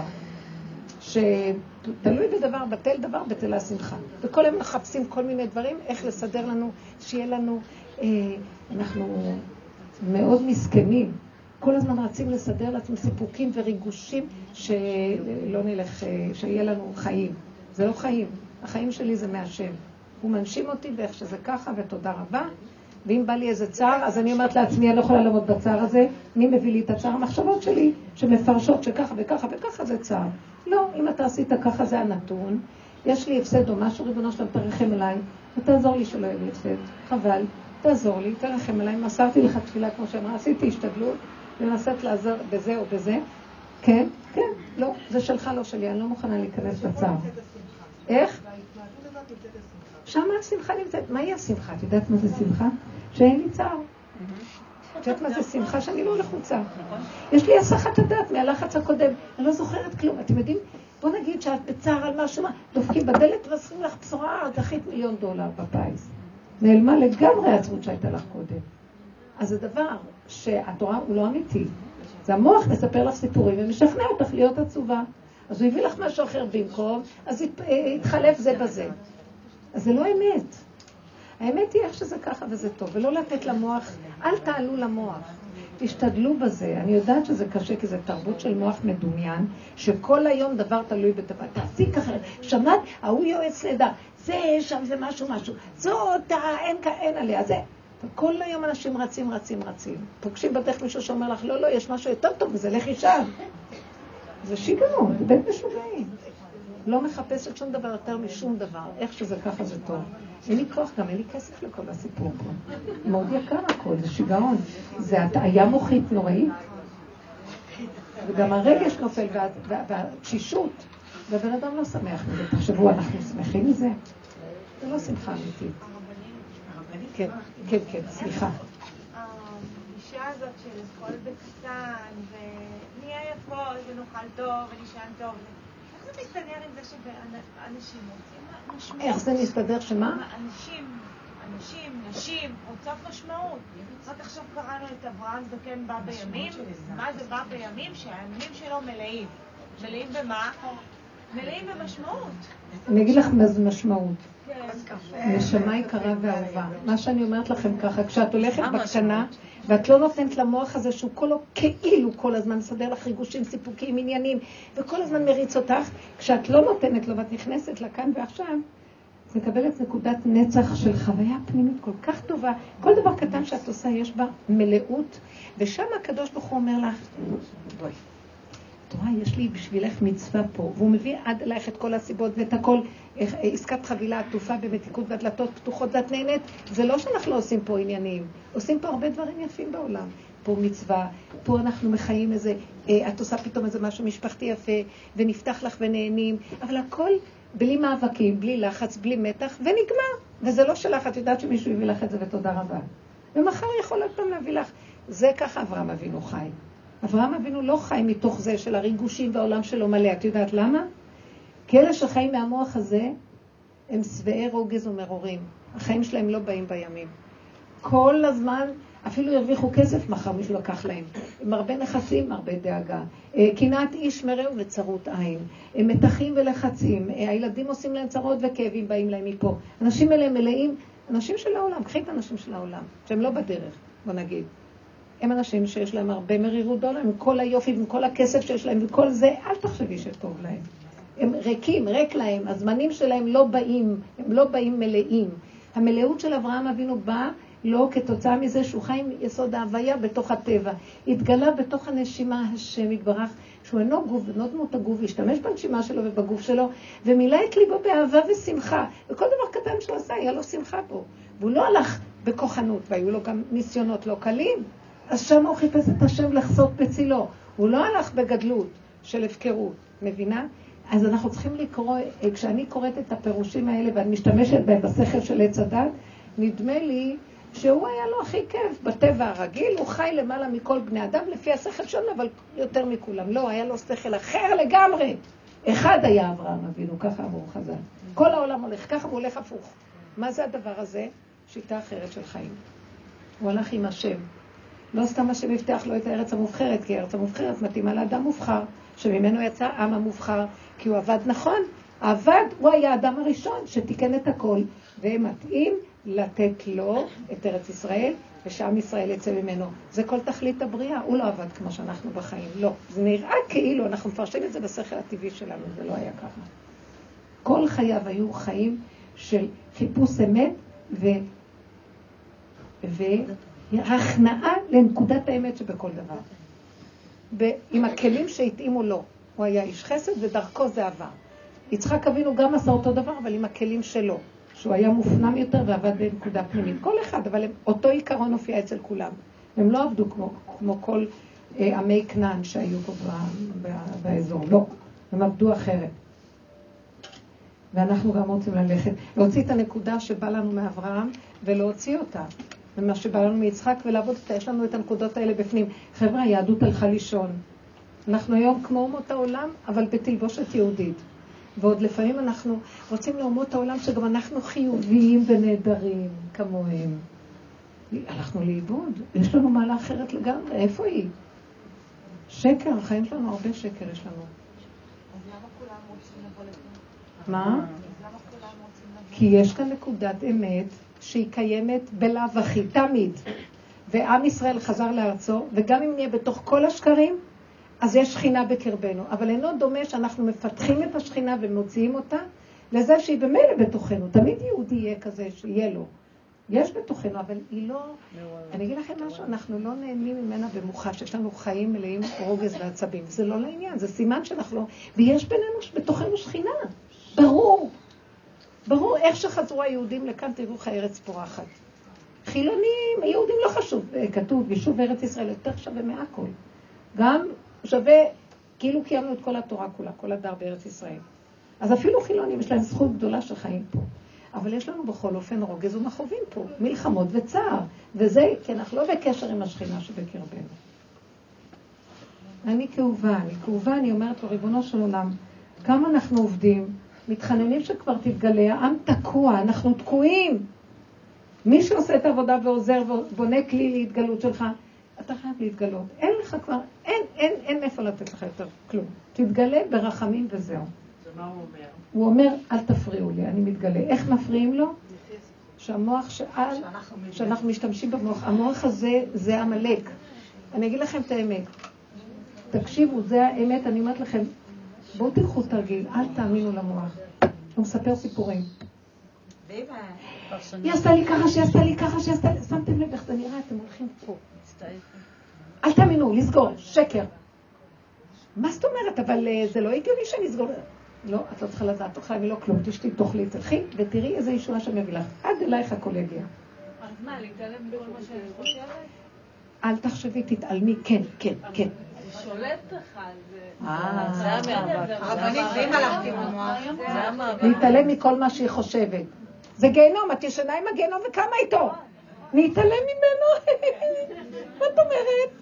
שתלוי בדבר, בטל דבר, בטלה שמחה. וכל הם מחפשים כל מיני דברים, איך לסדר לנו, שיהיה לנו... אה, אנחנו מאוד מסכנים. כל הזמן רצים לסדר לעצמם סיפוקים וריגושים שלא נלך, שיהיה לנו חיים. זה לא חיים. החיים שלי זה מהשם. הוא מנשים אותי באיך שזה ככה, ותודה רבה. ואם בא לי איזה צער, אז אני אומרת לעצמי, אני לא יכולה לעמוד בצער הזה. מי מביא לי את הצער? המחשבות שלי, שמפרשות שככה וככה וככה זה צער. לא, אם אתה עשית ככה זה הנתון. יש לי הפסד או משהו, ריבונו שלם, תרחם עליי, ותעזור לי שלא יהיה לי הפסד. חבל, תעזור לי, תרחם עליי. מסרתי לך תפילה כמו שאמרה, עשיתי השתדלות, ונסית לעזור בזה או בזה. כן, כן, לא, זה שלך, לא שלי, אני לא מוכנה להיכנס בצער. איך? שמה השמחה נמצאת. מהי השמחה? את יודעת מה זה שמחה? שאין לי צער. את יודעת מה זה שמחה? שאני לא לחוצה. יש לי הסחת הדעת מהלחץ הקודם. אני לא זוכרת כלום. אתם יודעים? בוא נגיד שאת בצער על משהו, דופקים בדלת ועושים לך בשורה, דחית מיליון דולר בפיס. נעלמה לגמרי העצמות שהייתה לך קודם. אז זה דבר שהתורה הוא לא אמיתי. זה המוח מספר לך סיפורים ומשכנע אותך להיות עצובה. אז הוא הביא לך משהו אחר במקום, אז התחלף זה בזה. אז זה לא אמת. האמת היא איך שזה ככה וזה טוב, ולא לתת למוח, אל תעלו למוח. תשתדלו בזה. אני יודעת שזה קשה, כי זה תרבות של מוח מדומיין, שכל היום דבר תלוי בדבר. תעשי ככה, שמעת, ההוא יועץ לידה, זה שם זה משהו משהו, זאת, אין, אין עליה, זה. כל היום אנשים רצים, רצים, רצים. פוגשים בדרך מישהו שאומר לך, לא, לא, יש משהו יותר טוב, וזה לכי שם. זה שיגעון, זה בית משוגעים. לא מחפשת שום דבר יותר משום דבר. איך שזה ככה זה טוב. אין לי כוח, גם אין לי כסף לכל הסיפור פה. מאוד יקר הכל, זה שיגעון. זה הטעיה מוחית נוראית. וגם הרגש נופל והתשישות. והבן אדם לא שמח מזה. תחשבו, אנחנו שמחים מזה? זה לא שמחה אמיתית. כן, כן, כן, סליחה. האישה הזאת של אכול בקטן, ונהיה יפות, ונאכל טוב, ונשען טוב. איך זה מסתדר עם זה שאנשים רוצים משמעות? איך זה מסתדר שמה? אנשים, אנשים, נשים, רוצות משמעות. רק עכשיו קראנו את אברהם זקן בא בימים. מה זה בא בימים? שהימים שלו מלאים. מלאים במה? מלאים במשמעות. אני אגיד לך מה זה משמעות. נשמה יקרה ואהובה. מה שאני אומרת לכם ככה, כשאת הולכת בקטנה, ואת לא נותנת למוח הזה שהוא כולו כאילו כל הזמן מסדר לך ריגושים, סיפוקים, עניינים, וכל הזמן מריץ אותך, כשאת לא נותנת לו ואת נכנסת לכאן ועכשיו, את מקבלת נקודת נצח של חוויה פנימית כל כך טובה. כל דבר קטן שאת עושה יש בה מלאות, ושם הקדוש ברוך הוא אומר לך, בואי. תורה, יש לי בשבילך מצווה פה, והוא מביא עד אלייך את כל הסיבות ואת הכל, עסקת חבילה עטופה במתיקות והדלתות פתוחות ואת נהנית. זה לא שאנחנו לא עושים פה עניינים, עושים פה הרבה דברים יפים בעולם. פה מצווה, פה אנחנו מחיים איזה, את עושה פתאום איזה משהו משפחתי יפה, ונפתח לך ונהנים, אבל הכל בלי מאבקים, בלי לחץ, בלי מתח, ונגמר. וזה לא שלך, את יודעת שמישהו יביא לך את זה ותודה רבה. ומחר יכול עוד פעם להביא לך. זה ככה אברהם אבינו חי. אברהם אבינו לא חי מתוך זה של הריגושים והעולם שלו מלא. את יודעת למה? כי אלה שחיים מהמוח הזה, הם שבעי רוגז ומרורים. החיים שלהם לא באים בימים. כל הזמן, אפילו ירוויחו כסף, מחר מישהו לקח להם. עם הרבה נכסים, הרבה דאגה. קנאת איש מרעו וצרות עין. הם מתחים ולחצים. הילדים עושים להם צרות וכאבים, באים להם מפה. אנשים אלה מלאים, אנשים של העולם. קחי את האנשים של העולם, שהם לא בדרך, בוא נגיד. הם אנשים שיש להם הרבה מרירות בעולם, עם כל היופי, עם כל הכסף שיש להם, וכל זה, אל תחשבי שטוב להם. הם ריקים, ריק להם, הזמנים שלהם לא באים, הם לא באים מלאים. המלאות של אברהם אבינו באה לא כתוצאה מזה שהוא חי עם יסוד ההוויה בתוך הטבע. התגלה בתוך הנשימה השם יתברך, שהוא אינו גוף, אינו דמות הגוף, השתמש בנשימה שלו ובגוף שלו, ומילא את ליבו באהבה ושמחה. וכל דבר קטן שהוא עשה, היה לו שמחה פה. והוא לא הלך בכוחנות, והיו לו גם ניסיונות לא קלים. אז שם הוא חיפש את השם לחסות בצילו. הוא לא הלך בגדלות של הפקרות, מבינה? אז אנחנו צריכים לקרוא, כשאני קוראת את הפירושים האלה ואני משתמשת בהם בשכל של עץ הדת, נדמה לי שהוא היה לו הכי כיף בטבע הרגיל, הוא חי למעלה מכל בני אדם לפי השכל שלנו, אבל יותר מכולם. לא, היה לו שכל אחר לגמרי. אחד היה אברהם אבינו, ככה אמרו חז"ל. כל העולם הולך, ככה הוא הולך הפוך. מה זה הדבר הזה? שיטה אחרת של חיים. הוא הלך עם השם. לא סתם השם יפתח לו את הארץ המובחרת, כי הארץ המובחרת מתאימה לאדם מובחר, שממנו יצא עם המובחר, כי הוא עבד נכון. העבד הוא היה האדם הראשון שתיקן את הכל, ומתאים לתת לו את ארץ ישראל, ושעם ישראל יצא ממנו. זה כל תכלית הבריאה, הוא לא עבד כמו שאנחנו בחיים, לא. זה נראה כאילו, אנחנו מפרשים את זה בשכל הטבעי שלנו, זה לא היה ככה. כל חייו היו חיים של חיפוש אמת ו... ו... הכנעה לנקודת האמת שבכל דבר. עם הכלים שהתאימו לו. הוא היה איש חסד ודרכו זה עבר. יצחק אבינו גם עשה אותו דבר, אבל עם הכלים שלו. שהוא היה מופנם יותר ועבד בנקודה פנימית. כל אחד, אבל אותו עיקרון הופיע אצל כולם. הם לא עבדו כמו, כמו כל אה, עמי כנען שהיו פה ב, ב, באזור. לא, הם עבדו אחרת. ואנחנו גם רוצים ללכת, להוציא את הנקודה שבא לנו מאברהם ולהוציא אותה. ומה שבא לנו מיצחק ולעבוד אותה, יש לנו את הנקודות האלה בפנים. חבר'ה, היהדות הלכה לישון. אנחנו היום כמו אומות העולם, אבל בתלבושת יהודית. ועוד לפעמים אנחנו רוצים לאומות העולם שגם אנחנו חיוביים ונהדרים כמוהם. הלכנו לאיבוד, יש לנו מעלה אחרת לגמרי, איפה היא? שקר, החיים שלנו הרבה שקר יש לנו. אז למה כולם רוצים לבוא לפה? מה? אז למה כולם רוצים לבוא? כי יש כאן נקודת אמת שהיא קיימת בלאו הכי, תמיד. ועם ישראל חזר לארצו, וגם אם נהיה בתוך כל השקרים, אז יש שכינה בקרבנו. אבל אינו דומה שאנחנו מפתחים את השכינה ומוציאים אותה, לזה שהיא במילא בתוכנו. תמיד יהודי יהיה כזה שיהיה לו. יש בתוכנו, אבל היא לא... אני אגיד לכם משהו, אנחנו לא נהנים ממנה במוחש, שיש לנו חיים מלאים רוגז ועצבים. זה לא לעניין, זה סימן שאנחנו לא... ויש בינינו, בתוכנו שכינה. ברור. ברור, איך שחזרו היהודים לכאן, תראו לך ארץ פורחת. חילונים, היהודים לא חשוב. כתוב, יישוב ארץ ישראל יותר שווה מהכל. גם שווה, כאילו קיימנו את כל התורה כולה, כל הדר בארץ ישראל. אז אפילו חילונים, יש להם זכות גדולה של חיים פה. אבל יש לנו בכל אופן רוגז ומכאובים פה, מלחמות וצער. וזה, כי אנחנו לא בקשר עם השכינה שבקרבנו. אני כאובה, אני כאובה, אני אומרת לו, ריבונו של עולם, כמה אנחנו עובדים, מתחננים שכבר תתגלה, העם תקוע, אנחנו תקועים. מי שעושה את העבודה ועוזר ובונה כלי להתגלות שלך, אתה חייב להתגלות. אין לך כבר, אין, אין, אין מאיפה לתת לך יותר כלום. תתגלה ברחמים וזהו. מה הוא אומר? הוא אומר, אל תפריעו לי, אני מתגלה. איך מפריעים לו? שהמוח שעל, שאנחנו משתמשים במוח. המוח הזה, זה המלאק. אני אגיד לכם את האמת. תקשיבו, זה האמת, אני אומרת לכם, בואו תלכו תרגיל, אל תאמינו למוח. הוא מספר סיפורים. היא עשתה לי ככה, שהיא עשתה לי ככה, שהיא עשתה לי... שמתם לב איך זה נראה, אתם הולכים פה. אל תאמינו, לסגור, שקר. מה זאת אומרת? אבל זה לא הגיוני שאני אסגור. לא, את לא צריכה לדעת, תאכלי ולא כלום, תשתי, תאכלי, תלכי, ותראי איזה ישועה שמביא לך. עד אלייך הקולגיה. אז מה, להתעלם מכל מה שאני חושבת? אל תחשבי, תתעלמי, כן, כן, כן. זה שולט לך, זה... אה, זה המאבק. הרבנית, ואם הלכתי במוח? זה המאבק. להתעלם מכל מה שהיא חושבת. זה גיהנום, את ישנה עם הגיהנום וכמה איתו. להתעלם ממנו. מה את אומרת?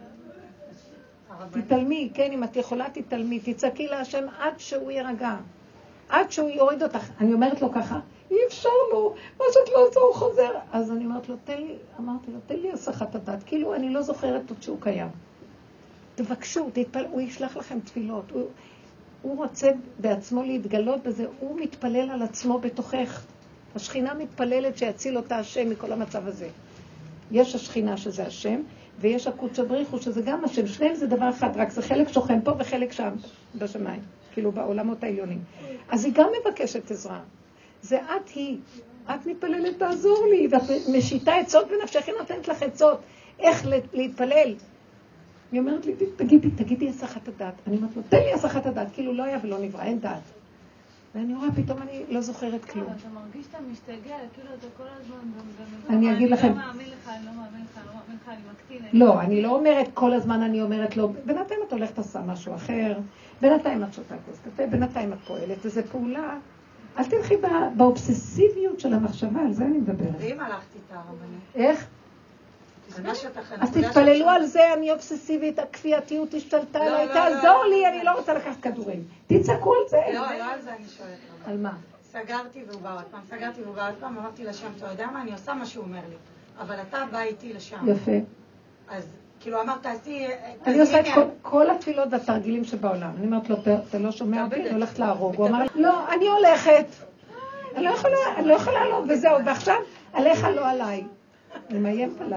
תתעלמי, כן, אם את יכולה תתעלמי, תצעקי להשם עד שהוא ירגע, עד שהוא יוריד אותך. אני אומרת לו ככה, אי אפשר לו, מה שאת לא עושה הוא חוזר. אז אני אומרת לו, תן לי, אמרתי לו, תן לי הסחת הדעת, כאילו אני לא זוכרת עוד שהוא קיים. תבקשו, תתפל... הוא ישלח לכם תפילות, הוא, הוא רוצה בעצמו להתגלות בזה, הוא מתפלל על עצמו בתוכך. השכינה מתפללת שיציל אותה השם מכל המצב הזה. יש השכינה שזה השם, ויש הקודש הבריחו שזה גם השם. שניהם זה דבר אחד, רק זה חלק שוכן פה וחלק שם בשמיים, כאילו בעולמות העליונים. אז היא גם מבקשת עזרה. זה את היא. את מתפללת, תעזור לי, ואת משיתה עצות בנפשך, היא נותנת לך עצות. איך להתפלל? היא אומרת לי, תגידי, תגידי הסחת הדעת. אני אומרת לו, תן לי הסחת הדעת, כאילו לא היה ולא נברא, אין דעת. ואני רואה, פתאום אני לא זוכרת כלום. אתה מרגיש שאתה משתגע, כאילו אתה כל הזמן... אני אגיד לכם... אני לא מאמין לך, אני לא מאמין לך, אני לא מאמין לך, אני מקטין. לא, אני לא אומרת כל הזמן, אני אומרת לא. בינתיים את הולכת עושה משהו אחר, בינתיים את שותה כוס קפה, בינתיים את פועלת, וזו פעולה. אל תלכי באובססיביות של המחשבה, על זה אני מדברת. ואם הלכתי את הרבנית? איך? אז תתפללו על זה, אני אובססיבית, הכפייתיות השתלטה עליי, תעזור לי, אני לא רוצה לקחת כדורים. תצעקו על זה. לא, לא על זה אני שואלת. על מה? סגרתי והוא בא עוד פעם, סגרתי והוא בא עוד פעם, אמרתי לשם, אתה יודע מה, אני עושה מה שהוא אומר לי, אבל אתה בא איתי לשם. יפה. אז כאילו אמרת, תעשי... אני עושה את כל התפילות והתרגילים שבעולם. אני אומרת לו, אתה לא שומע אותי, אני הולכת להרוג. הוא אמר, לא, אני הולכת. אני לא יכולה לעלות, וזהו, ועכשיו עליך לא עליי. אני מעייף עליו.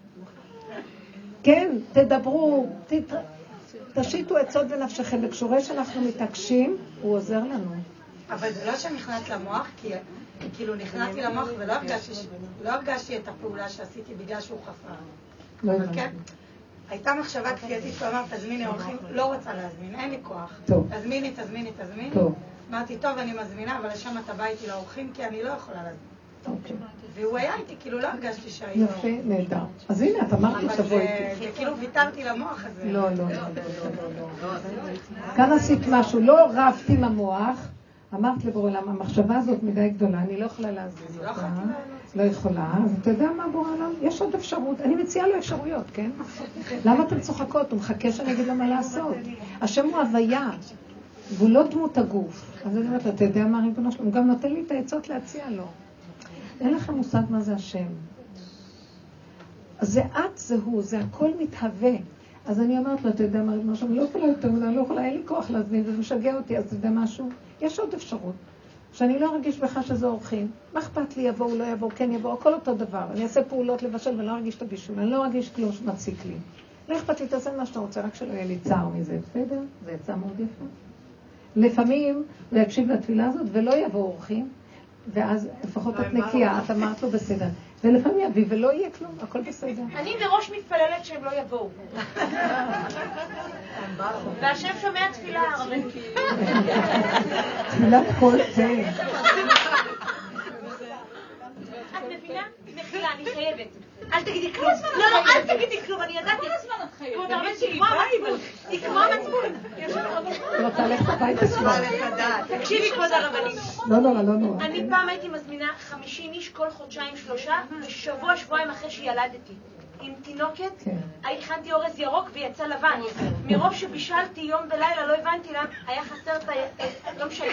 כן, תדברו, תשיתו עצות בנפשכם, וכשורה שאנחנו מתעקשים, הוא עוזר לנו. אבל זה לא שנכנס למוח, כי כאילו נכנסתי למוח ולא הרגשתי את הפעולה שעשיתי בגלל שהוא חפר. אבל כן, הייתה מחשבה כפייתית שאמר, תזמיני אורחים, לא רוצה להזמין, אין לי כוח. תזמיני, תזמיני, תזמיני. אמרתי, טוב, אני מזמינה, אבל לשם אתה בא איתי לאורחים, כי אני לא יכולה להזמין. והוא היה איתי, כאילו לא הרגשתי שהיינו... יפה, נהדר. אז הנה, את אמרת לי תבוא איתי. וכאילו ויתרתי למוח הזה. לא, לא, לא. כאן עשית משהו, לא רבתי עם המוח, אמרת לבורלם, המחשבה הזאת מדי גדולה, אני לא יכולה להזיז אותה. לא יכולה, אז אתה יודע מה בורלם? יש עוד אפשרות, אני מציעה לו אפשרויות, כן? למה אתם צוחקות? הוא מחכה שאני אגיד לו מה לעשות. השם הוא הוויה, והוא לא דמות הגוף. אז אני אומרת לו, אתה יודע מה ריבונו שלו? הוא גם נותן לי את העצות להציע לו. אין לכם מושג מה זה השם. אז זה את, זה הוא, זה הכל מתהווה. אז אני אומרת לו, אתה יודע מה, משהו, אני לא יכולה יותר, אני לא יכולה, אין לי כוח להזמין, וזה משגע אותי, אז אתה יודע משהו? יש עוד אפשרות. שאני לא ארגיש בך שזה אורחים. מה אכפת לי, יבואו, לא יבואו, כן יבואו, הכל אותו דבר. אני אעשה פעולות לבשל ואני לא ארגיש את הבישול, אני לא ארגיש כלום שמציק לי. לא אכפת לי, תעשה מה שאתה רוצה, רק שלא יהיה לי צער מזה, בסדר? זה יצא מאוד יפה. לפעמים הוא יקשיב לתפילה הזאת ולא יבואו אורחים, ואז לפחות את נקייה, את אמרת לו בסדר. ולפעמים יביא ולא יהיה כלום, הכל בסדר. אני מראש מתפללת שהם לא יבואו. והשם שומע תפילה הרבה. תפילת כל זה. את מבינה? מחילה, אני חייבת. אל תגידי כלום. לא, לא, אל תגידי כלום, אני ידעתי. כל הזמן את חייבת. כבוד הרבה שהיא כמו המצפון. היא כמו המצפון. לא תלך הביתה שלו. תקשיבי, כבוד הרבנית. לא נורא, לא נורא. אני פעם הייתי מזמינה חמישים איש כל חודשיים שלושה, ושבוע, שבועיים אחרי שילדתי. עם תינוקת, הכנתי אורז ירוק ויצא לבן. מרוב שבישלתי יום ולילה, לא הבנתי למה, היה חסר את ה... לא משנה.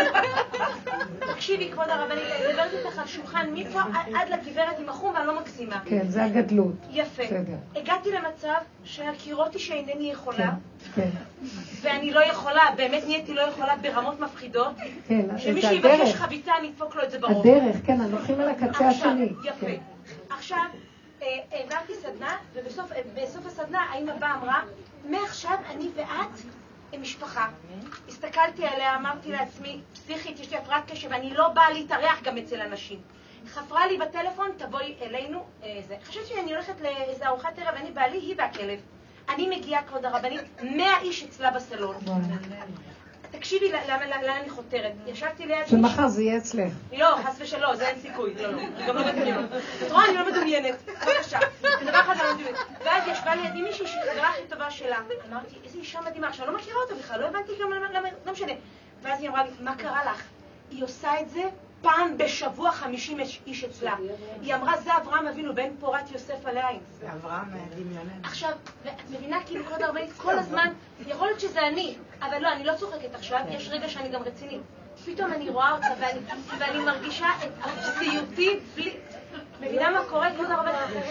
תקשיבי, כבוד הרבנית, אני מדברת איתך על שולחן מפה עד לגברת עם החום ואני לא מגזימה. כן, זה הגדלות. יפה. הגעתי למצב שהכירותי שאינני יכולה, כן. ואני לא יכולה, באמת נהייתי לא יכולה ברמות מפחידות, כן, שמי שיבקש חביתה אני אדפוק לו את זה בראש. הדרך, כן, הולכים על הקצה השני. יפה. עכשיו, העברתי סדנה, ובסוף הסדנה האמא באה אמרה, מעכשיו אני ואת משפחה. הסתכלתי עליה, אמרתי לעצמי, פסיכית, יש לי הפרעת קשב, ואני לא באה להתארח גם אצל אנשים. חפרה לי בטלפון, תבואי אלינו. חשבתי שאני הולכת לאיזו ארוחת ערב, אני בעלי, היא והכלב. אני מגיעה, כבוד הרבנית, מאה איש אצלה בסלון. תקשיבי לאן אני חותרת. ישבתי ליד... שמחר זה יהיה אצלך. לא, חס ושלא, זה אין סיכוי. לא, לא. אני גם לא מדמיינת. את רואה, אני לא מדמיינת. בבקשה. זה דבר אחד לא מדמיינת. ואז ישבה לידי מישהי שהיא חברה הכי טובה שלה. אמרתי, איזה אישה מדהימה. עכשיו, לא מכירה אותה בכלל, לא הבנתי גם למה, לא משנה. ואז היא אמרה לי, מה קרה לך? היא עושה את זה פעם בשבוע חמישים איש אצלה. היא אמרה, זה אברהם אבינו, בן פורת יוסף עליי. זה אברהם דמיונן. עכשיו, את מבינה כאילו כבוד הרבנית, כל הזמן, יכול להיות שזה אני, אבל לא, אני לא צוחקת עכשיו, יש רגע שאני גם רצינית. פתאום אני רואה אותה ואני, ואני מרגישה את אפסיותי בלי... מבינה מה קורה? כבוד הרבנית?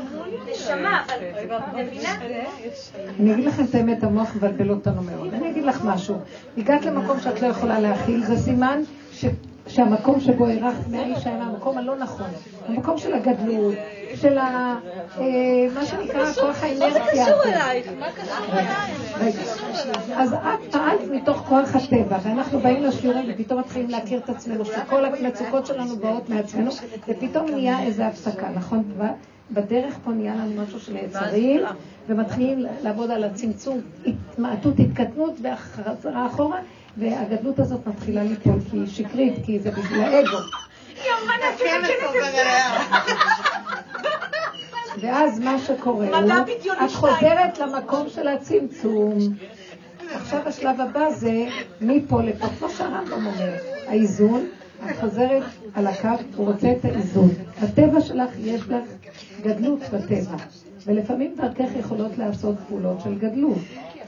נשמה, אבל... מבינה? אני אגיד לכם את האמת, המוח מבלבל אותנו מאוד. אני אגיד לך משהו. הגעת למקום שאת לא יכולה להכיל, זה סימן ש... שהמקום שבו אירחת מהאיש היה המקום הלא נכון. המקום של הגדלות, של ה... מה שנקרא כוח האנרציה. מה קשור אלייך? מה קשור אלייך? אז את פעלת מתוך כוח הטבע, ואנחנו באים לשיעורים ופתאום מתחילים להכיר את עצמנו, שכל המצוקות שלנו באות מעצמנו, ופתאום נהיה איזו הפסקה, נכון? בדרך פה נהיה לנו משהו של יצרים, ומתחילים לעבוד על הצמצום, התמעטות, התקטנות והחזרה אחורה, והגדלות הזאת מתחילה ליפול, כי היא שקרית, כי זה בשביל האגו. היא אמרה נעשית שנתת. ואז מה שקורה הוא, את חוזרת למקום של הצמצום. עכשיו השלב הבא זה מפה לפה, כמו שהרמב"ם אומר, האיזון, את חוזרת על הקו, הוא רוצה את האיזון. בטבע שלך יש לך גדלות בטבע, ולפעמים דרכך יכולות לעשות פעולות של גדלות.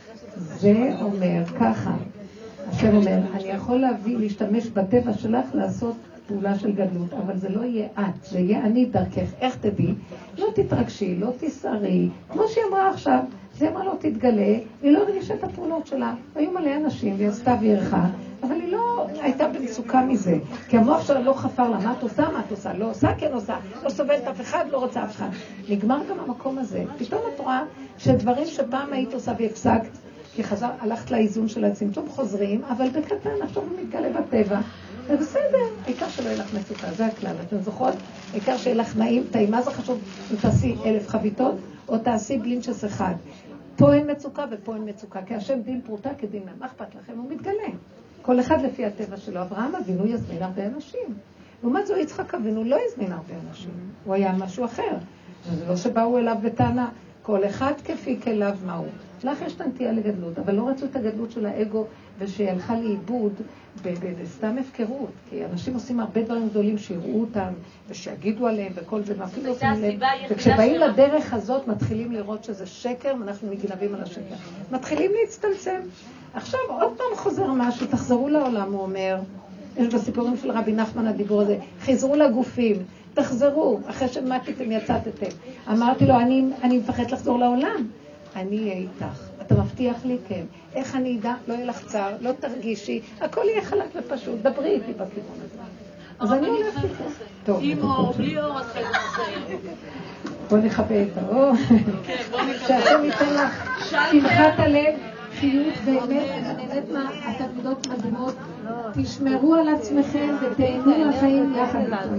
זה אומר ככה, השם אומר, אני יכול להביא, להשתמש בטבע שלך לעשות פעולה של גדלות, אבל זה לא יהיה את, זה יהיה אני דרכך. איך תדעי? לא תתרגשי, לא תסערי, כמו שהיא אמרה עכשיו, זה אמרה לא תתגלה, היא לא הרגישה את הפעולות שלה. היו מלא אנשים, והיא עשתה וערכה, אבל היא לא הייתה במצוקה מזה, כי המוח שלה לא חפר לה, מה את עושה, מה את עושה, לא עושה, כן עושה, לא סובלת אף אחד, לא רוצה אף אחד. נגמר גם המקום הזה. פתאום את רואה שדברים שפעם היית עושה והפסקת, כי חזר, הלכת לאיזון של הצמצום, חוזרים, אבל בקטן, עכשיו הוא מתגלה בטבע. זה בסדר, העיקר שלא יהיה לך מצוקה, זה הכלל. אתם זוכרות? העיקר שיהיה לך נעים, טעים, מה זה חשוב? אם תעשי אלף חביתות, או תעשי בלינצ'ס אחד. פה אין מצוקה ופה אין מצוקה, כי השם דין פרוטה כדין מה אכפת לכם? הוא מתגלה. כל אחד לפי הטבע שלו. אברהם אבינו יזמין הרבה אנשים. לעומת זו יצחק אבינו לא יזמין הרבה אנשים. הוא היה משהו אחר. זה לא שבאו אליו בטענה. כל אחד כפי כליו מהו. לך יש תנטייה לגדלות, אבל לא רצו את הגדלות של האגו, ושהלכה לאיבוד בסתם הפקרות. כי אנשים עושים הרבה דברים גדולים שיראו אותם, ושיגידו עליהם, וכל זה, ואפילו עושים לב. וכשבאים לדרך הזאת, מתחילים לראות שזה שקר, ואנחנו מגנבים על השקר. מתחילים להצטמצם. עכשיו, עוד פעם חוזר משהו, תחזרו לעולם, הוא אומר. יש בסיפורים של רבי נחמן הדיבור הזה, חזרו לגופים. תחזרו, אחרי שמתיתם יצאתם. אמרתי לו, אני, אני מפחד לחזור לעולם. אני אהיה איתך. אתה מבטיח לי? כן. איך אני אדע? לא יהיה לך צער, לא תרגישי. הכל יהיה חלק ופשוט. דברי איתי בכיוון הזה. אז אני הולכת איתך. טוב. עם אור, בלי אור, את חייבת לסיים. בוא נכבה את האור. שהשם ייתן לך שמחת הלב, חיוך, באמת, אני נהנית מהתלמידות מדהימות. תשמרו על עצמכם ותהנו מהחיים יחד איתו.